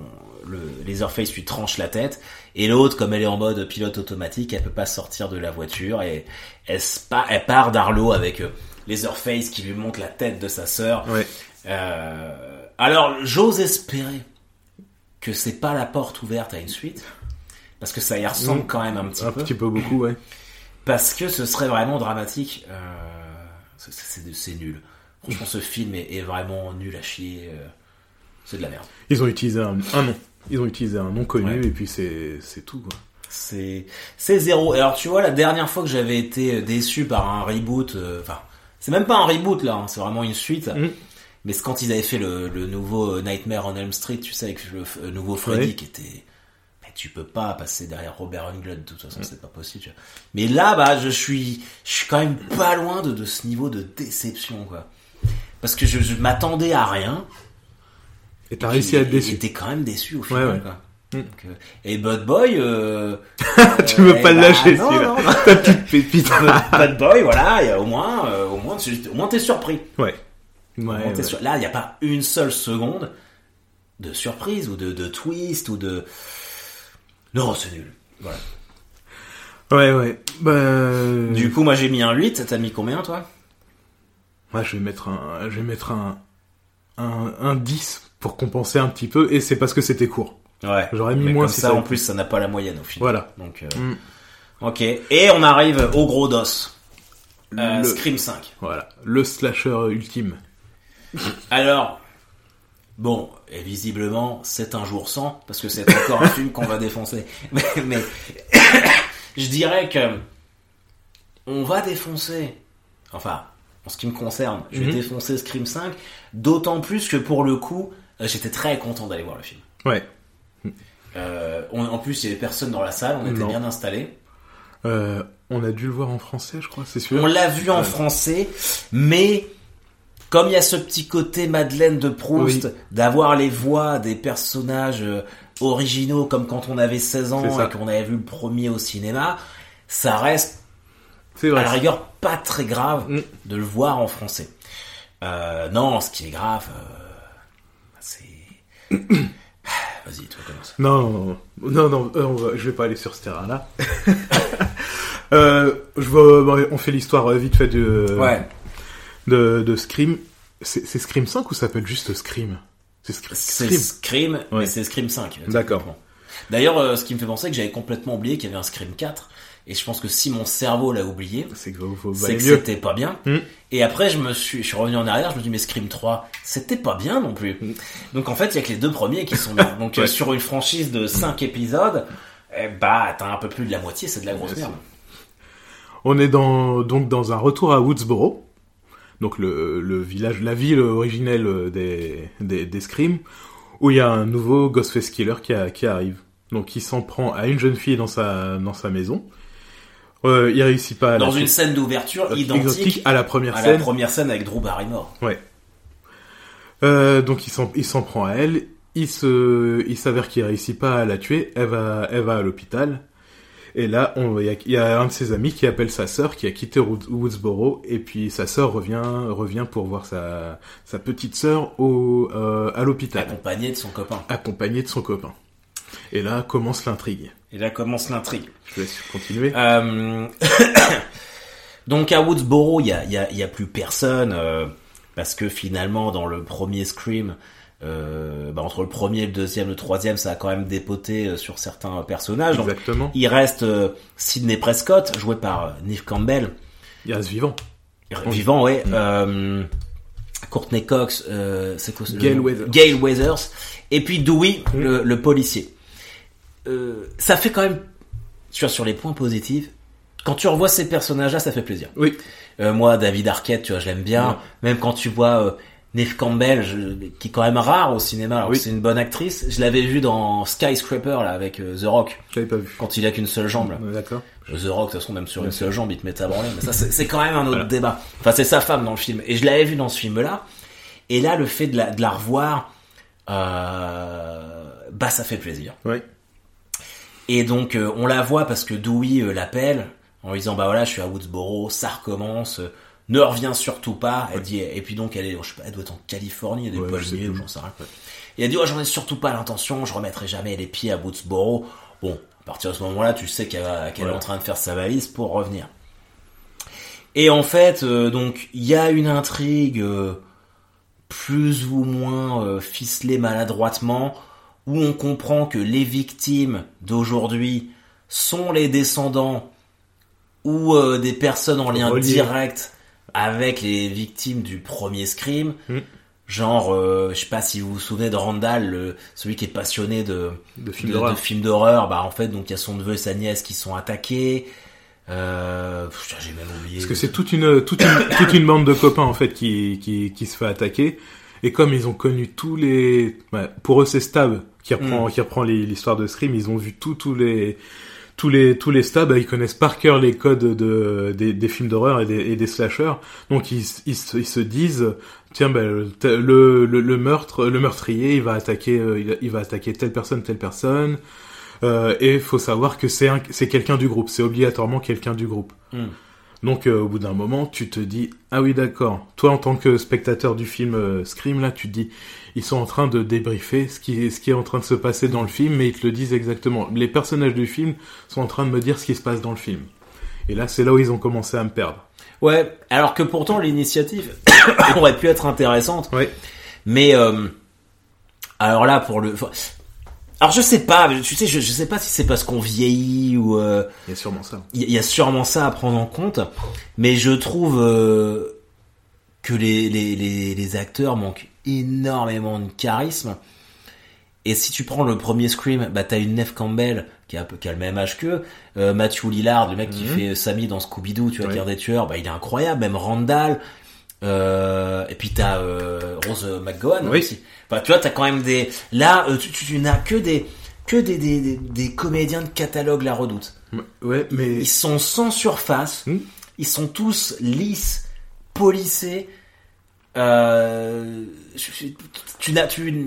le Leatherface lui tranche la tête, et l'autre, comme elle est en mode pilote automatique, elle peut pas sortir de la voiture, et elle, elle part d'Arlo avec Leatherface qui lui montre la tête de sa sœur. Ouais. Euh, alors, j'ose espérer que c'est pas la porte ouverte à une suite, parce que ça y ressemble mmh. quand même un petit un peu. Un petit peu beaucoup, ouais. Parce que ce serait vraiment dramatique. Euh, c'est, c'est, c'est nul. Franchement, ce film est, est vraiment nul à chier. Euh, c'est de la merde. Ils ont utilisé un, un nom. Ils ont utilisé un nom connu, ouais. Et puis c'est, c'est tout, quoi. C'est, c'est zéro. Alors, tu vois, la dernière fois que j'avais été déçu par un reboot, euh, enfin, c'est même pas un reboot, là, hein, c'est vraiment une suite. Mmh. Mais c'est quand ils avaient fait le, le nouveau Nightmare on Elm Street, tu sais, avec le, le nouveau Freddy, ouais. Qui était... Mais tu peux pas passer derrière Robert Englund, de toute façon, ouais. C'est pas possible. Tu vois. Mais là, bah, je suis, je suis quand même pas loin de, de ce niveau de déception, quoi. Parce que je, je m'attendais à rien. Et t'as et réussi à être déçu. J'étais quand même déçu au final, ouais, ouais. quoi. Donc, euh, et Bad Boy, euh, tu veux euh, pas le bah, lâcher, non, celui-là. Non, non. Ta petite pépite. Bad Boy, voilà, et au moins, euh, au moins, au moins t'es surpris. Ouais. Ouais, ouais. Sur... Là, il n'y a pas une seule seconde de surprise ou de, de twist ou de... Non, c'est nul. Voilà. Ouais, ouais. Bah... Du coup, moi, j'ai mis un huit. T'as mis combien, toi ? Moi, je vais mettre un, je vais mettre un, un, un dix pour compenser un petit peu, et c'est parce que c'était court. Ouais. J'aurais mis mais moins comme si ça, ça en plus, ça n'a pas la moyenne au final. Voilà. Donc, euh... mm. Ok. Et on arrive au gros dos. Euh, le... Scream cinq. Voilà. Le slasher ultime. Alors, bon, et visiblement, c'est un jour sans, parce que c'est encore un film qu'on va défoncer. Mais, mais je dirais que on va défoncer, enfin, en ce qui me concerne, je vais mm-hmm. défoncer Scream cinq, d'autant plus que pour le coup, j'étais très content d'aller voir le film. Ouais. Euh, on, en plus, il y avait personne dans la salle, on était non. bien installés. Euh, on a dû le voir en français, je crois, c'est sûr. On l'a vu en ouais. français, mais... Comme il y a ce petit côté Madeleine de Proust, oui. d'avoir les voix des personnages euh, originaux, comme quand on avait seize ans et qu'on avait vu le premier au cinéma, ça reste, c'est vrai, à la rigueur, pas très grave mm. de le voir en français. Euh, non, ce qui est grave, euh, c'est... Vas-y, toi, commence. Non, non, non, non, non on va, je vais pas aller sur ce terrain-là. euh, je vois, on fait l'histoire vite fait de... Ouais. De, de Scream. C'est, c'est Scream cinq ou ça s'appelle juste Scream ? C'est, Scream, c'est Scream, ouais. Mais c'est Scream cinq. D'accord. D'ailleurs, euh, ce qui me fait penser que j'avais complètement oublié qu'il y avait un Scream quatre. Et je pense que si mon cerveau l'a oublié, c'est que, faut, faut c'est que mieux. C'était pas bien. Mm. Et après, je me suis, je suis revenu en arrière, je me suis dit, mais Scream trois, c'était pas bien non plus. Mm. Donc en fait, il y a que les deux premiers qui sont bien. Donc ouais. euh, sur une franchise de cinq épisodes, eh bah, t'as un peu plus de la moitié, c'est de la grosse ouais, merde. On est dans, donc dans un retour à Woodsboro. Donc le, le village, la ville originelle des, des, des Scream, où il y a un nouveau Ghostface Killer qui, a, qui arrive. Donc il s'en prend à une jeune fille dans sa, dans sa maison. Euh, il réussit pas à dans la une scène d'ouverture euh, identique à la première à scène. la première scène avec Drew Barrymore. Ouais. Euh, donc il s'en, il s'en prend à elle. Il se, il s'avère qu'il réussit pas à la tuer. Elle va, elle va à l'hôpital. Et là, il y, y a un de ses amis qui appelle sa sœur, qui a quitté Woodsboro, et puis sa sœur revient, revient pour voir sa, sa petite sœur au, euh, à l'hôpital. Accompagnée de son copain. Accompagnée de son copain. Et là commence l'intrigue. Et là commence l'intrigue. Je laisse continuer. Euh... Donc à Woodsboro, il y a, y a, y a plus personne, euh, parce que finalement, dans le premier Scream, Euh, bah entre le premier, le deuxième, le troisième, ça a quand même dépoté euh, sur certains personnages. Exactement. Donc, il reste euh, Sidney Prescott, joué par euh, Neve Campbell. Il reste vivant. Vivant, ouais. Mmh. Euh, Courtney Cox, euh, c'est quoi ce Gail Weathers. Gail Weathers. Et puis Dewey, mmh. le, le policier. Euh, ça fait quand même, tu vois, sur les points positifs, quand tu revois ces personnages-là, ça fait plaisir. Oui. Euh, moi, David Arquette, tu vois, je l'aime bien. Mmh. Même quand tu vois... Euh, Neve Campbell, je, qui est quand même rare au cinéma, alors oui. C'est une bonne actrice. Je l'avais vue dans Skyscraper, là, avec euh, The Rock. Je l'avais pas vu. Quand il a qu'une seule jambe, là. D'accord. The Rock, de toute façon, même sur une seule jambe, il te met à branler. Mais ça, c'est, c'est quand même un autre voilà. débat. Enfin, c'est sa femme dans le film. Et je l'avais vue dans ce film-là. Et là, le fait de la, de la revoir, euh, bah, ça fait plaisir. Oui. Et donc, euh, on la voit parce que Dewey euh, l'appelle, en lui disant, bah voilà, je suis à Woodsboro, ça recommence, euh, ne reviens surtout pas. Elle ouais. dit, et puis donc elle est, je sais pas, elle doit être en Californie, elle est ouais, pas ou j'en sais rien. Il a dit, oh, j'en ai surtout pas l'intention, je remettrai jamais les pieds à Woodsboro. Bon, à partir de ce moment-là, tu sais qu'elle, qu'elle voilà. est en train de faire sa valise pour revenir. Et en fait, euh, donc, il y a une intrigue euh, plus ou moins euh, ficelée maladroitement, où on comprend que les victimes d'aujourd'hui sont les descendants ou euh, des personnes en lien Relié. direct avec les victimes du premier Scream. Mmh. Genre, euh, je sais pas si vous vous souvenez de Randall, le, celui qui est passionné de, de, films, de, d'horreur. de films d'horreur. Bah en fait, donc il y a son neveu et sa nièce qui sont attaqués. Euh, putain, j'ai même oublié. Parce que c'est toute une toute une toute une bande de copains en fait qui qui qui se fait attaquer. Et comme ils ont connu tous les, ouais, pour eux c'est Stab qui reprend mmh. qui reprend les, l'histoire de Scream. Ils ont vu tous tous les tous les tous les Stab, ils connaissent par cœur les codes de des, des films d'horreur et des, et des slashers. Donc ils ils, ils se disent tiens ben le, le le meurtre le meurtrier il va attaquer il, il va attaquer telle personne telle personne euh, et faut savoir que c'est un, c'est quelqu'un du groupe, c'est obligatoirement quelqu'un du groupe. Mmh. Donc euh, au bout d'un moment, tu te dis ah oui d'accord. Toi en tant que spectateur du film euh, Scream là, tu te dis ils sont en train de débriefer ce qui est ce qui est en train de se passer dans le film, mais ils te le disent exactement. Les personnages du film sont en train de me dire ce qui se passe dans le film. Et là, c'est là où ils ont commencé à me perdre. Ouais, alors que pourtant l'initiative aurait pu être intéressante. Ouais. Mais euh, alors là pour le alors je sais pas, tu sais, je, je sais pas si c'est parce qu'on vieillit ou. Euh, il y a sûrement ça. Il y a sûrement ça à prendre en compte, mais je trouve euh, que les, les les les acteurs manquent énormément de charisme. Et si tu prends le premier Scream, bah t'as une Neve Campbell qui a un peu qui a le même âge qu'eux, euh, Matthew Lillard, le mec mm-hmm. qui fait Sammy dans Scooby-Doo, tu vois, ouais. Guerre des tueurs, bah il est incroyable, même Randall. Euh, et puis t'as euh, Rose McGowan oui. aussi. Enfin, tu vois, t'as quand même des. Là, euh, tu, tu, tu n'as que des que des, des des des comédiens de catalogue La Redoute. Ouais, mais ils sont sans surface. Hmm. Ils sont tous lisses, polissés. Euh, tu n'as tu.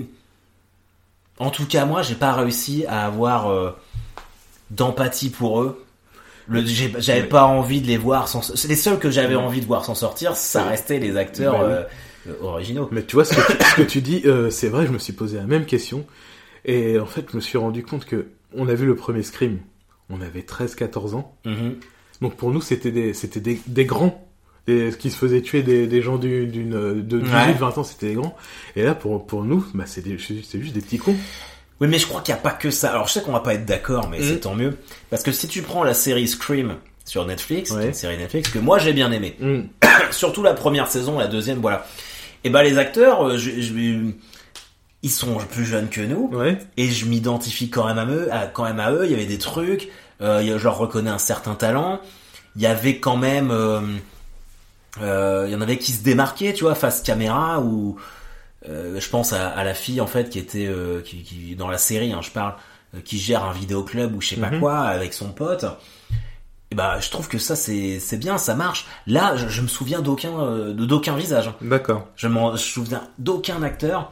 En tout cas, moi, j'ai pas réussi à avoir euh, d'empathie pour eux. Le, j'ai, j'avais ouais. pas envie de les voir sans. C'est les seuls que j'avais envie de voir s'en sortir. Ça ouais. restait les acteurs bah, euh, oui. euh, originaux. Mais tu vois ce que tu, ce que tu dis, euh, c'est vrai. Je me suis posé la même question et en fait, je me suis rendu compte que on a vu le premier Scream. On avait treize quatorze ans. Mm-hmm. Donc pour nous, c'était des c'était des, des grands. Des, qui se faisaient tuer des, des gens du, d'une de dix-huit vingt ouais. ans, c'était des grands. Et là, pour pour nous, bah c'est des, c'est juste des petits cons. Oui, mais je crois qu'il n'y a pas que ça. Alors, je sais qu'on va pas être d'accord, mais mmh. c'est tant mieux. Parce que si tu prends la série Scream sur Netflix, ouais. qui est une série Netflix que moi j'ai bien aimée, mmh. surtout la première saison, la deuxième, voilà. Et ben les acteurs, je, je, ils sont plus jeunes que nous, ouais. et je m'identifie quand même à eux. À, quand même à eux, il y avait des trucs. Euh, je leur reconnais un certain talent. Il y avait quand même, euh, euh, il y en avait qui se démarquaient, tu vois, face caméra ou. Euh, je pense à, à la fille en fait qui était euh, qui, qui dans la série hein, je parle euh, qui gère un vidéoclub ou je sais mm-hmm. pas quoi avec son pote. Et bah je trouve que ça c'est c'est bien, ça marche. Là je, je me souviens d'aucun euh, de d'aucun visage. D'accord. Je m'en je me souviens d'aucun acteur.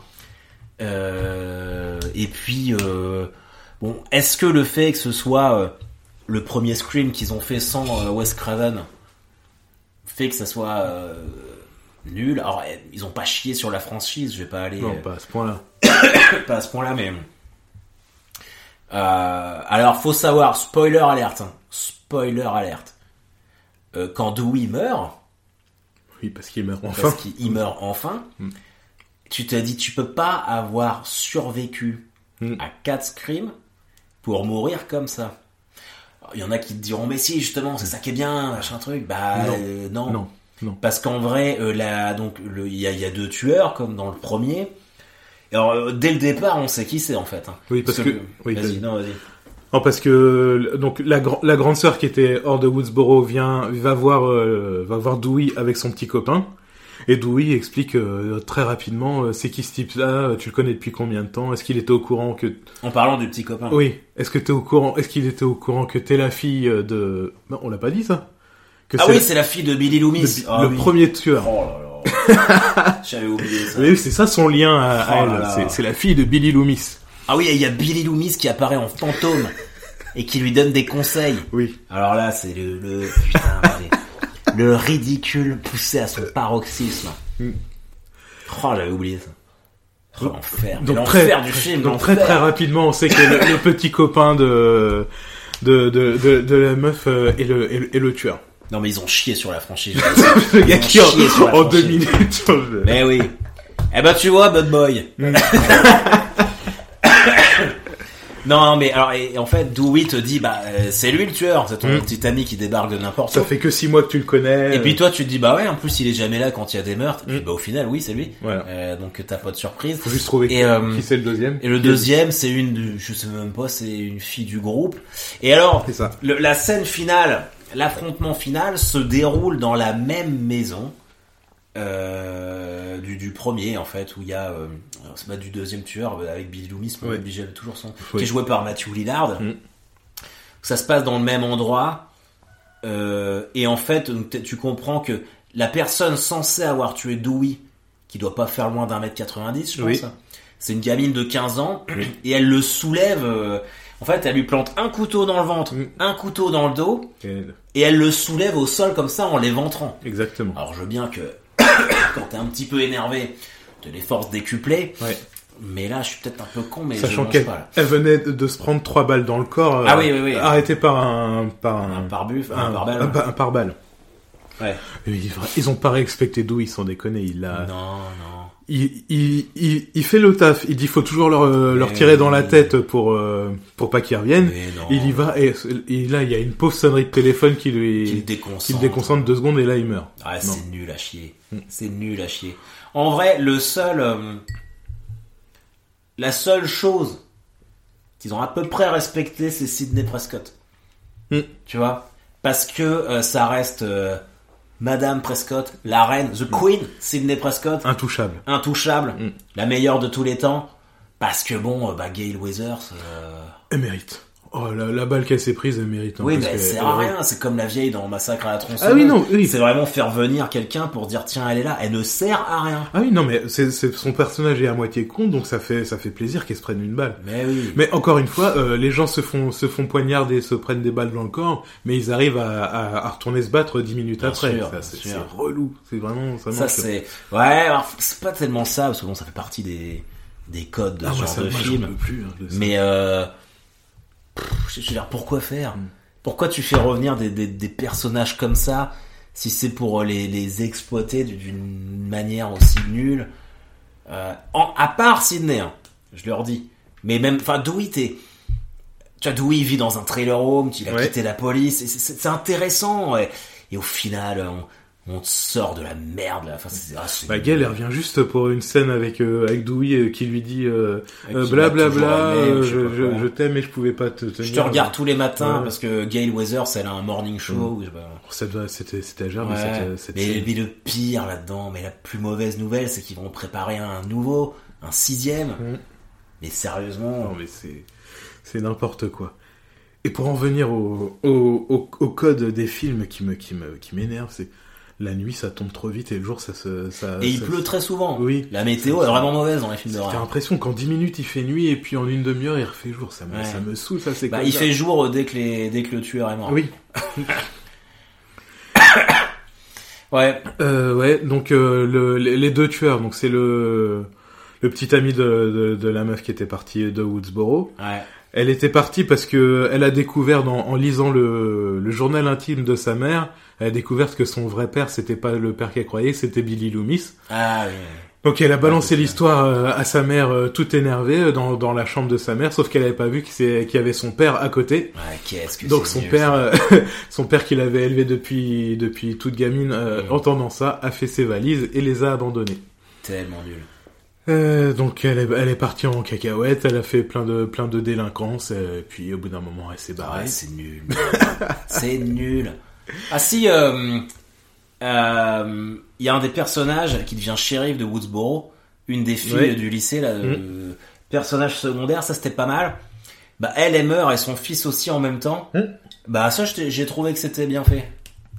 Euh, et puis euh, bon, est-ce que le fait que ce soit euh, le premier Scream qu'ils ont fait sans euh, Wes Craven fait que ça soit euh, nul? Alors, ils ont pas chié sur la franchise, je vais pas aller... Non, pas à ce point-là. pas à ce point-là, mais... Euh, alors, faut savoir, spoiler alerte, hein. spoiler alerte. Euh, quand Dewey meurt... Oui, parce qu'il meurt enfin. Parce qu'il meurt enfin. Mm. Tu te dis, tu peux pas avoir survécu mm. à quatre Screams pour mourir comme ça. Il y en a qui te diront, mais si, justement, c'est ça qui est bien, machin truc. Bah, non. Euh, non. non. Non. Parce qu'en vrai, euh, là, donc, il y a, y a deux tueurs, comme dans le premier. Et alors, euh, dès le départ, on sait qui c'est, en fait. Hein. Oui, parce, parce que... que... Oui, vas-y, vas-y, non, vas-y. Non, parce que, donc, la, la grande sœur qui était hors de Woodsboro vient, va voir, euh, va voir Dewey avec son petit copain. Et Dewey explique euh, très rapidement, euh, c'est qui ce type-là, tu le connais depuis combien de temps, est-ce qu'il était au courant que... En parlant du petit copain. Oui, est-ce que t'es au courant, est-ce qu'il était au courant que t'es la fille de... Non, on l'a pas dit, ça. Que ah c'est oui, la... c'est la fille de Billy Loomis. Le, ah, le oui. premier tueur. Oh là là. J'avais oublié ça. Oui, c'est ça son lien à, oh à elle. C'est, c'est la fille de Billy Loomis. Ah oui, il y a Billy Loomis qui apparaît en fantôme et qui lui donne des conseils. Oui. Alors là, c'est le, le putain, les, le ridicule poussé à son paroxysme. Mm. Oh, j'avais oublié ça. Oh, l'enfer. Donc l'enfer très, du film. Donc l'enfer. très très rapidement, on sait que le, le petit copain de de de de, de la meuf euh, est le est le, est le tueur. Non mais ils ont chié sur la franchise. Le gars qui en, en deux minutes. Je... Mais oui. Eh ben tu vois, Bad Boy. Non mais alors et, en fait Dewey te dit bah euh, c'est lui le tueur, c'est ton mmh. petit ami qui débarque de n'importe où. Ça fait que six mois que tu le connais. Et puis toi tu te dis bah ouais en plus il est jamais là quand il y a des meurtres. Et mmh. puis bah au final oui c'est lui. Voilà. Euh, donc t'as pas de surprise. Faut juste trouver et, qui, euh, qui c'est le deuxième. Et le deuxième c'est une je sais même pas c'est une fille du groupe. Et alors c'est ça. Le, la scène finale, l'affrontement final se déroule dans la même maison. Euh, du, du premier en fait où il y a euh, c'est pas du deuxième tueur avec Billy Loomis mais ouais. J'ai toujours son oui. qui est joué par Matthew Lillard. Mm. Ça se passe dans le même endroit euh, et en fait tu comprends que la personne censée avoir tué Dewey qui doit pas faire loin d'un mètre quatre-vingt-dix je pense oui. c'est une gamine de quinze ans oui. et elle le soulève euh, en fait elle lui plante un couteau dans le ventre mm. un couteau dans le dos et... et elle le soulève au sol comme ça en l'éventrant. Exactement. Alors je veux bien que quand t'es un petit peu énervé, de les forces décuplées. Ouais. Mais là, je suis peut-être un peu con, mais sachant je qu'elle pas, là. Elle venait de se prendre trois balles dans le corps. Ah euh, oui, oui, oui. Arrêtée par un, par un, un pare-buff, un, un pare-balle. Un, un, un pare-balle. Ouais. Ils, ils ont pas respecté d'où ils sont déconnés. Il a. Non, non. Il, il, il, il fait le taf. Il dit faut toujours leur, mais leur tirer dans la tête pour, euh, pour pas qu'ils reviennent. Il y va et, et là il y a une pauvre sonnerie de téléphone qui lui, qui le déconcentre. Qui le déconcentre deux secondes et là il meurt. Ah, c'est non. nul à chier. Mm. C'est nul à chier. En vrai, le seul, euh, la seule chose qu'ils ont à peu près respecté, c'est Sidney Prescott. Mm. Tu vois? Parce que euh, ça reste, euh, Madame Prescott, la reine, The Queen, Sidney Prescott. Intouchable. Intouchable. Mm. La meilleure de tous les temps. Parce que bon, bah, Gail Weathers... Euh... Elle mérite. Oh, la, la balle qu'elle s'est prise, elle mérite. Hein, oui, mais elle sert à rien. C'est comme la vieille dans Massacre à la tronçonneuse. Ah oui, non, oui. C'est vraiment faire venir quelqu'un pour dire, tiens, elle est là. Elle ne sert à rien. Ah oui, non, mais c'est, c'est, son personnage est à moitié con, donc ça fait, ça fait plaisir qu'elle se prenne une balle. Mais oui. Mais encore une fois, euh, les gens se font, se font poignarder, se prennent des balles dans le corps, mais ils arrivent à, à, à retourner se battre dix minutes bien après. Sûr, ça, c'est, c'est relou. C'est vraiment, ça, ça c'est, ouais, alors, c'est pas tellement ça, parce que bon, ça fait partie des, des codes de ah, ce moi, genre ça, de moi, film. J'en peux plus, hein, de ça. Mais, euh, je veux dire, pourquoi faire? Mm. Pourquoi tu fais revenir des, des, des personnages comme ça si c'est pour les, les exploiter d'une manière aussi nulle? Euh, en, à part Sidney, hein, je leur dis. Mais même, enfin, Dewey, t'es, tu vois, Dewey vit dans un trailer home, il a ouais. quitté la police, et c'est, c'est, c'est intéressant. Ouais. Et au final, on, on te sort de la merde là. Enfin, c'est, ah, c'est bah, Gail, elle revient juste pour une scène avec euh, avec Dewey euh, qui lui dit euh, euh, bla bla bla, euh, je, je, je t'aime et je pouvais pas te tenir. Je te regarde tous les matins ouais. parce que Gail Weathers, elle a un morning show. Mmh. Je sais pas. Ça doit, c'était c'était à Gerbe, ouais. cette, cette mais, mais le pire là-dedans, mais la plus mauvaise nouvelle, c'est qu'ils vont préparer un nouveau, un sixième. Mmh. Mais sérieusement. Non mais c'est c'est n'importe quoi. Et pour en venir au au au, au code des films qui me qui me qui m'énerve, c'est la nuit, ça tombe trop vite et le jour, ça se... Ça, et il ça, pleut ça... très souvent. Oui. La météo est vraiment mauvaise dans les films d'horreur. J'ai l'impression qu'en dix minutes, il fait nuit et puis en une demi-heure, il refait jour. Ça me, ouais. ça me saoule, ça, c'est bah, comme il ça. fait jour dès que, les... dès que le tueur est mort. Oui. ouais. Euh, ouais, donc euh, le, les deux tueurs, donc c'est le, le petit ami de, de, de la meuf qui était partie de Woodsboro. Ouais. Elle était partie parce que elle a découvert dans, en lisant le, le journal intime de sa mère, elle a découvert que son vrai père, c'était pas le père qu'elle croyait, c'était Billy Loomis. Ah oui. Donc elle a balancé ah, l'histoire à sa mère euh, toute énervée dans, dans la chambre de sa mère, sauf qu'elle avait pas vu qu'il y avait son père à côté. Ouais, qu'est-ce que donc c'est son mieux, père, euh, son père qui l'avait élevé depuis depuis toute gamine, euh, mmh. entendant ça, a fait ses valises et les a abandonnées. Tellement nul. Euh, donc elle est, elle est partie en cacahuète, elle a fait plein de plein de délinquances, et puis au bout d'un moment elle s'est barrée. Ouais, c'est nul. C'est nul. Ah si, euh, euh, y a un des personnages qui devient shérif de Woodsboro, une des filles ouais. du lycée, là, mmh. euh, personnage secondaire, ça c'était pas mal. Bah elle, elle meurt et son fils aussi en même temps. Mmh. Bah ça j'ai trouvé que c'était bien fait.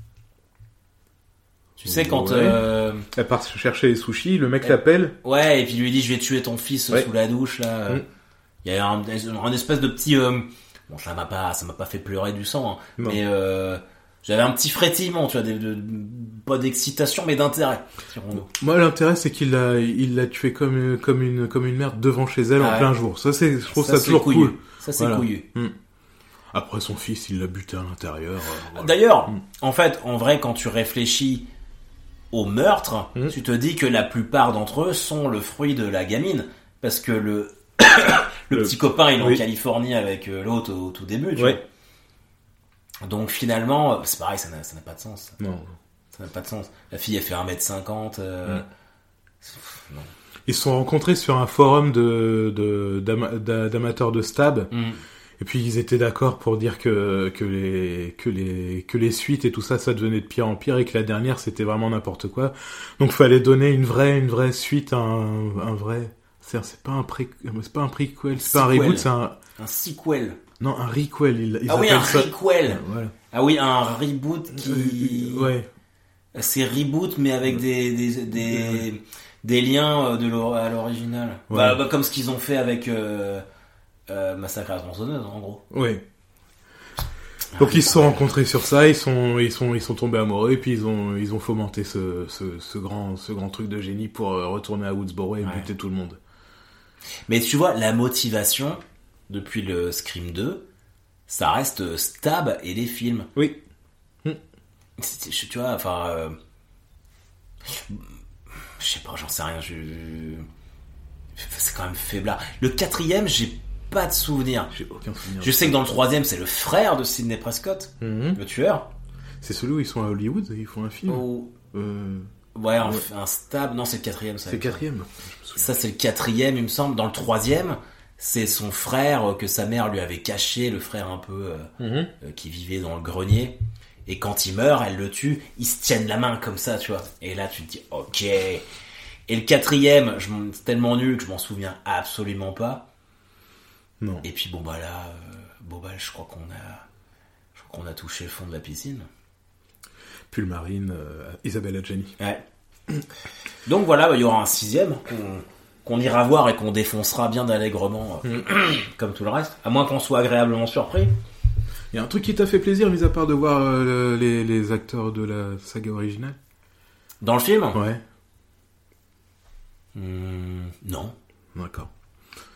Tu sais quand ouais. euh... elle part chercher les sushis, le mec elle... l'appelle. Ouais, et puis lui dit je vais tuer ton fils ouais. sous la douche là. Il mmh. y a un, un espèce de petit. Euh... Bon, ça m'a pas, ça m'a pas fait pleurer du sang, hein. mais euh... j'avais un petit frétillement, tu vois, de, de, pas d'excitation, mais d'intérêt. Moi, l'intérêt, c'est qu'il l'a, il l'a tué comme, comme une, comme une merde devant chez elle ah en ouais. plein jour. Ça, c'est, je trouve ça, ça toujours couillu. cool. Ça, c'est voilà. couillu. Mmh. Après, son fils, il l'a buté à l'intérieur. Euh, voilà. D'ailleurs, mmh. en fait, en vrai, quand tu réfléchis au meurtre, mmh. tu te dis que la plupart d'entre eux sont le fruit de la gamine. Parce que le, le, le petit copain, il est oui. en Californie avec l'autre au tout début, tu ouais. vois. Donc, finalement, c'est pareil, ça n'a, ça n'a pas de sens. Non. Ça n'a pas de sens. La fille, elle fait un mètre cinquante. Euh... Mmh. Non. Ils se sont rencontrés sur un forum de, de, d'ama, d'amateurs de stab. Mmh. Et puis ils étaient d'accord pour dire que que les que les que les suites et tout ça ça devenait de pire en pire et que la dernière c'était vraiment n'importe quoi. Donc fallait donner une vraie une vraie suite à un un vrai c'est c'est pas un pré c'est pas un prequel, c'est pas un reboot, c'est un un sequel. Non, un requel, ils, ils Ah oui, un ça... requel. Voilà. Ah oui, un reboot qui euh, ouais. C'est reboot mais avec des des des ouais. des liens de l'or... à l'original. Ouais. Bah, bah comme ce qu'ils ont fait avec euh... Euh, Massacre à la tronçonneuse en gros. Oui. Donc ils se sont rencontrés sur ça, ils sont ils sont ils sont tombés amoureux et puis ils ont ils ont fomenté ce ce ce grand ce grand truc de génie pour retourner à Woodsboro et ouais. buter tout le monde. Mais tu vois, la motivation depuis le Scream deux, ça reste Stab et les films. Oui. Mmh. C'est, tu vois, enfin euh... je sais pas, j'en sais rien, je c'est quand même faiblard. Le quatrième, j'ai pas de souvenir. J'ai aucun souvenir. Je sais que dans le troisième, c'est le frère de Sidney Prescott, mm-hmm. le tueur. C'est celui où ils sont à Hollywood et ils font un film. Oh. Euh... Ouais, un, ouais, un stab. Non, c'est le quatrième. Ça, c'est le quatrième. Ça, c'est le quatrième, il me semble. Dans le troisième, c'est son frère que sa mère lui avait caché, le frère un peu euh, mm-hmm. euh, qui vivait dans le grenier. Et quand il meurt, elle le tue. Ils se tiennent la main comme ça, tu vois. Et là, tu te dis, ok. Et le quatrième, je, c'est tellement nul que je m'en souviens absolument pas. Non. Et puis bon bah là, euh, bon bah je crois qu'on a, je crois qu'on a touché le fond de la piscine. Pulmarine, euh, Isabelle Adjani. Ouais. Donc voilà, il y aura un sixième qu'on, qu'on ira voir et qu'on défoncera bien allègrement, euh, mm. comme tout le reste, à moins qu'on soit agréablement surpris. Il y a un truc qui t'a fait plaisir, mis à part de voir euh, les, les acteurs de la saga originale. Dans le film ? Ouais. Mmh, non. D'accord. Pourquoi ?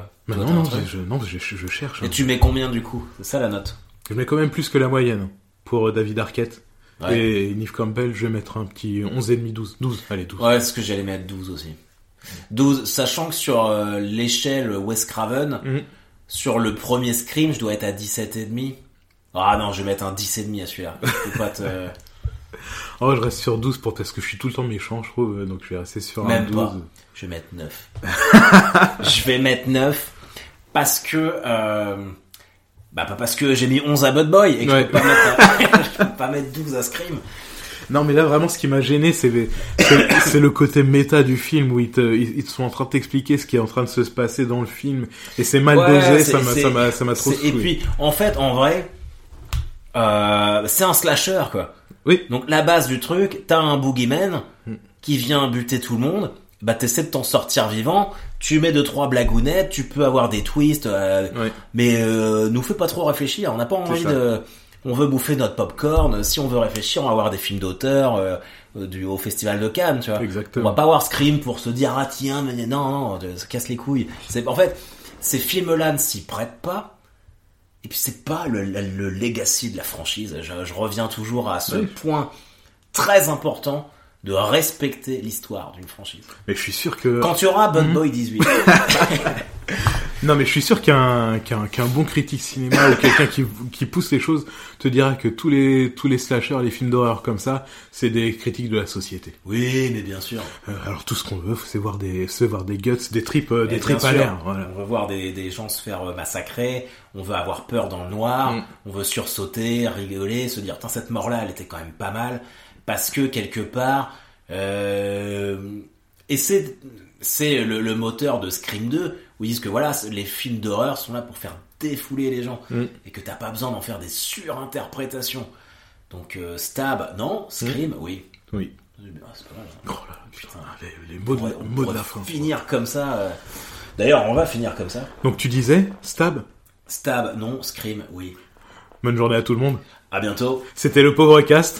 Bah non, non, je, non je, je cherche. Et hein. Tu mets combien du coup ? C'est ça la note ? Je mets quand même plus que la moyenne pour David Arquette. Ouais. Et Neve Campbell, je vais mettre un petit onze virgule cinq, douze. douze, allez, douze. Ouais, c'est ce que j'allais mettre douze aussi. douze, sachant que sur euh, l'échelle Wes Craven, mm. sur le premier Scream, je dois être à dix-sept virgule cinq. Ah non, je vais mettre un dix virgule cinq à celui-là. Je peux pas te... Oh, je reste sur douze pour, parce que je suis tout le temps méchant, je trouve, donc je vais rester sur Même un douze. Pas. Je vais mettre neuf. Je vais mettre neuf parce que euh, bah pas parce que j'ai mis onze à Bad Boy et que ouais. je, peux pas mettre, je peux pas mettre douze à Scream. Non, mais là vraiment ce qui m'a gêné c'est, c'est, c'est le côté méta du film où ils, te, ils, ils sont en train de t'expliquer ce qui est en train de se passer dans le film et c'est mal ouais, dosé, c'est, ça, m'a, ça, m'a, ça m'a trop saoulé. Et puis en fait en vrai euh, c'est un slasher quoi. Oui. Donc la base du truc, t'as un boogeyman qui vient buter tout le monde. Bah t'essaies de t'en sortir vivant, tu mets deux trois blagounettes, tu peux avoir des twists, euh, ouais. mais euh, nous fais pas trop réfléchir, on n'a pas envie de, on veut bouffer notre popcorn, si on veut réfléchir, on va voir des films d'auteur euh, du au festival de Cannes, tu vois. Exactement. On va pas voir Scream pour se dire ah tiens mais non non, ça casse les couilles. C'est en fait ces films-là ne s'y prêtent pas. Et puis c'est pas le, le, le legacy de la franchise. Je, je reviens toujours à ce oui. point très important. De respecter l'histoire d'une franchise. Mais je suis sûr que... Quand tu auras Bad mmh. Boy dix-huit. Non, mais je suis sûr qu'un, qu'un, qu'un bon critique cinéma ou quelqu'un qui, qui pousse les choses te dira que tous les, tous les slashers, les films d'horreur comme ça, c'est des critiques de la société. Oui, mais bien sûr. Euh, alors tout ce qu'on veut, c'est voir des, c'est voir des guts, des tripes, euh, des tripes à l'air. Voilà. On veut voir des, des gens se faire massacrer, on veut avoir peur dans le noir, mmh. on veut sursauter, rigoler, se dire, tiens, cette mort-là, elle était quand même pas mal. Parce que quelque part, euh, et c'est c'est le, le moteur de Scream deux où ils disent que voilà, les films d'horreur sont là pour faire défouler les gens mm. et que t'as pas besoin d'en faire des surinterprétations. Donc euh, Stab, non, Scream, mm. oui, oui, c'est pas mal. Hein. Oh là, putain, les, les mots, on de, pourrait, mots de la fin. Finir comme ça. Euh... D'ailleurs, on va finir comme ça. Donc tu disais Stab. Stab, non, Scream, oui. Bonne journée à tout le monde. À bientôt. C'était le Pauvre Cast.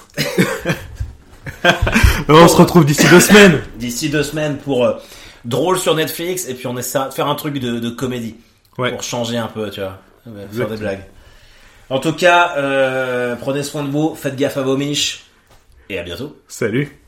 On se retrouve d'ici deux semaines. D'ici deux semaines pour euh, Drôle sur Netflix, et puis on essaie de faire un truc de, de comédie. Ouais. Pour changer un peu, tu vois. Faire Exactement. Des blagues. En tout cas, euh, prenez soin de vous, faites gaffe à vos miches, et à bientôt. Salut.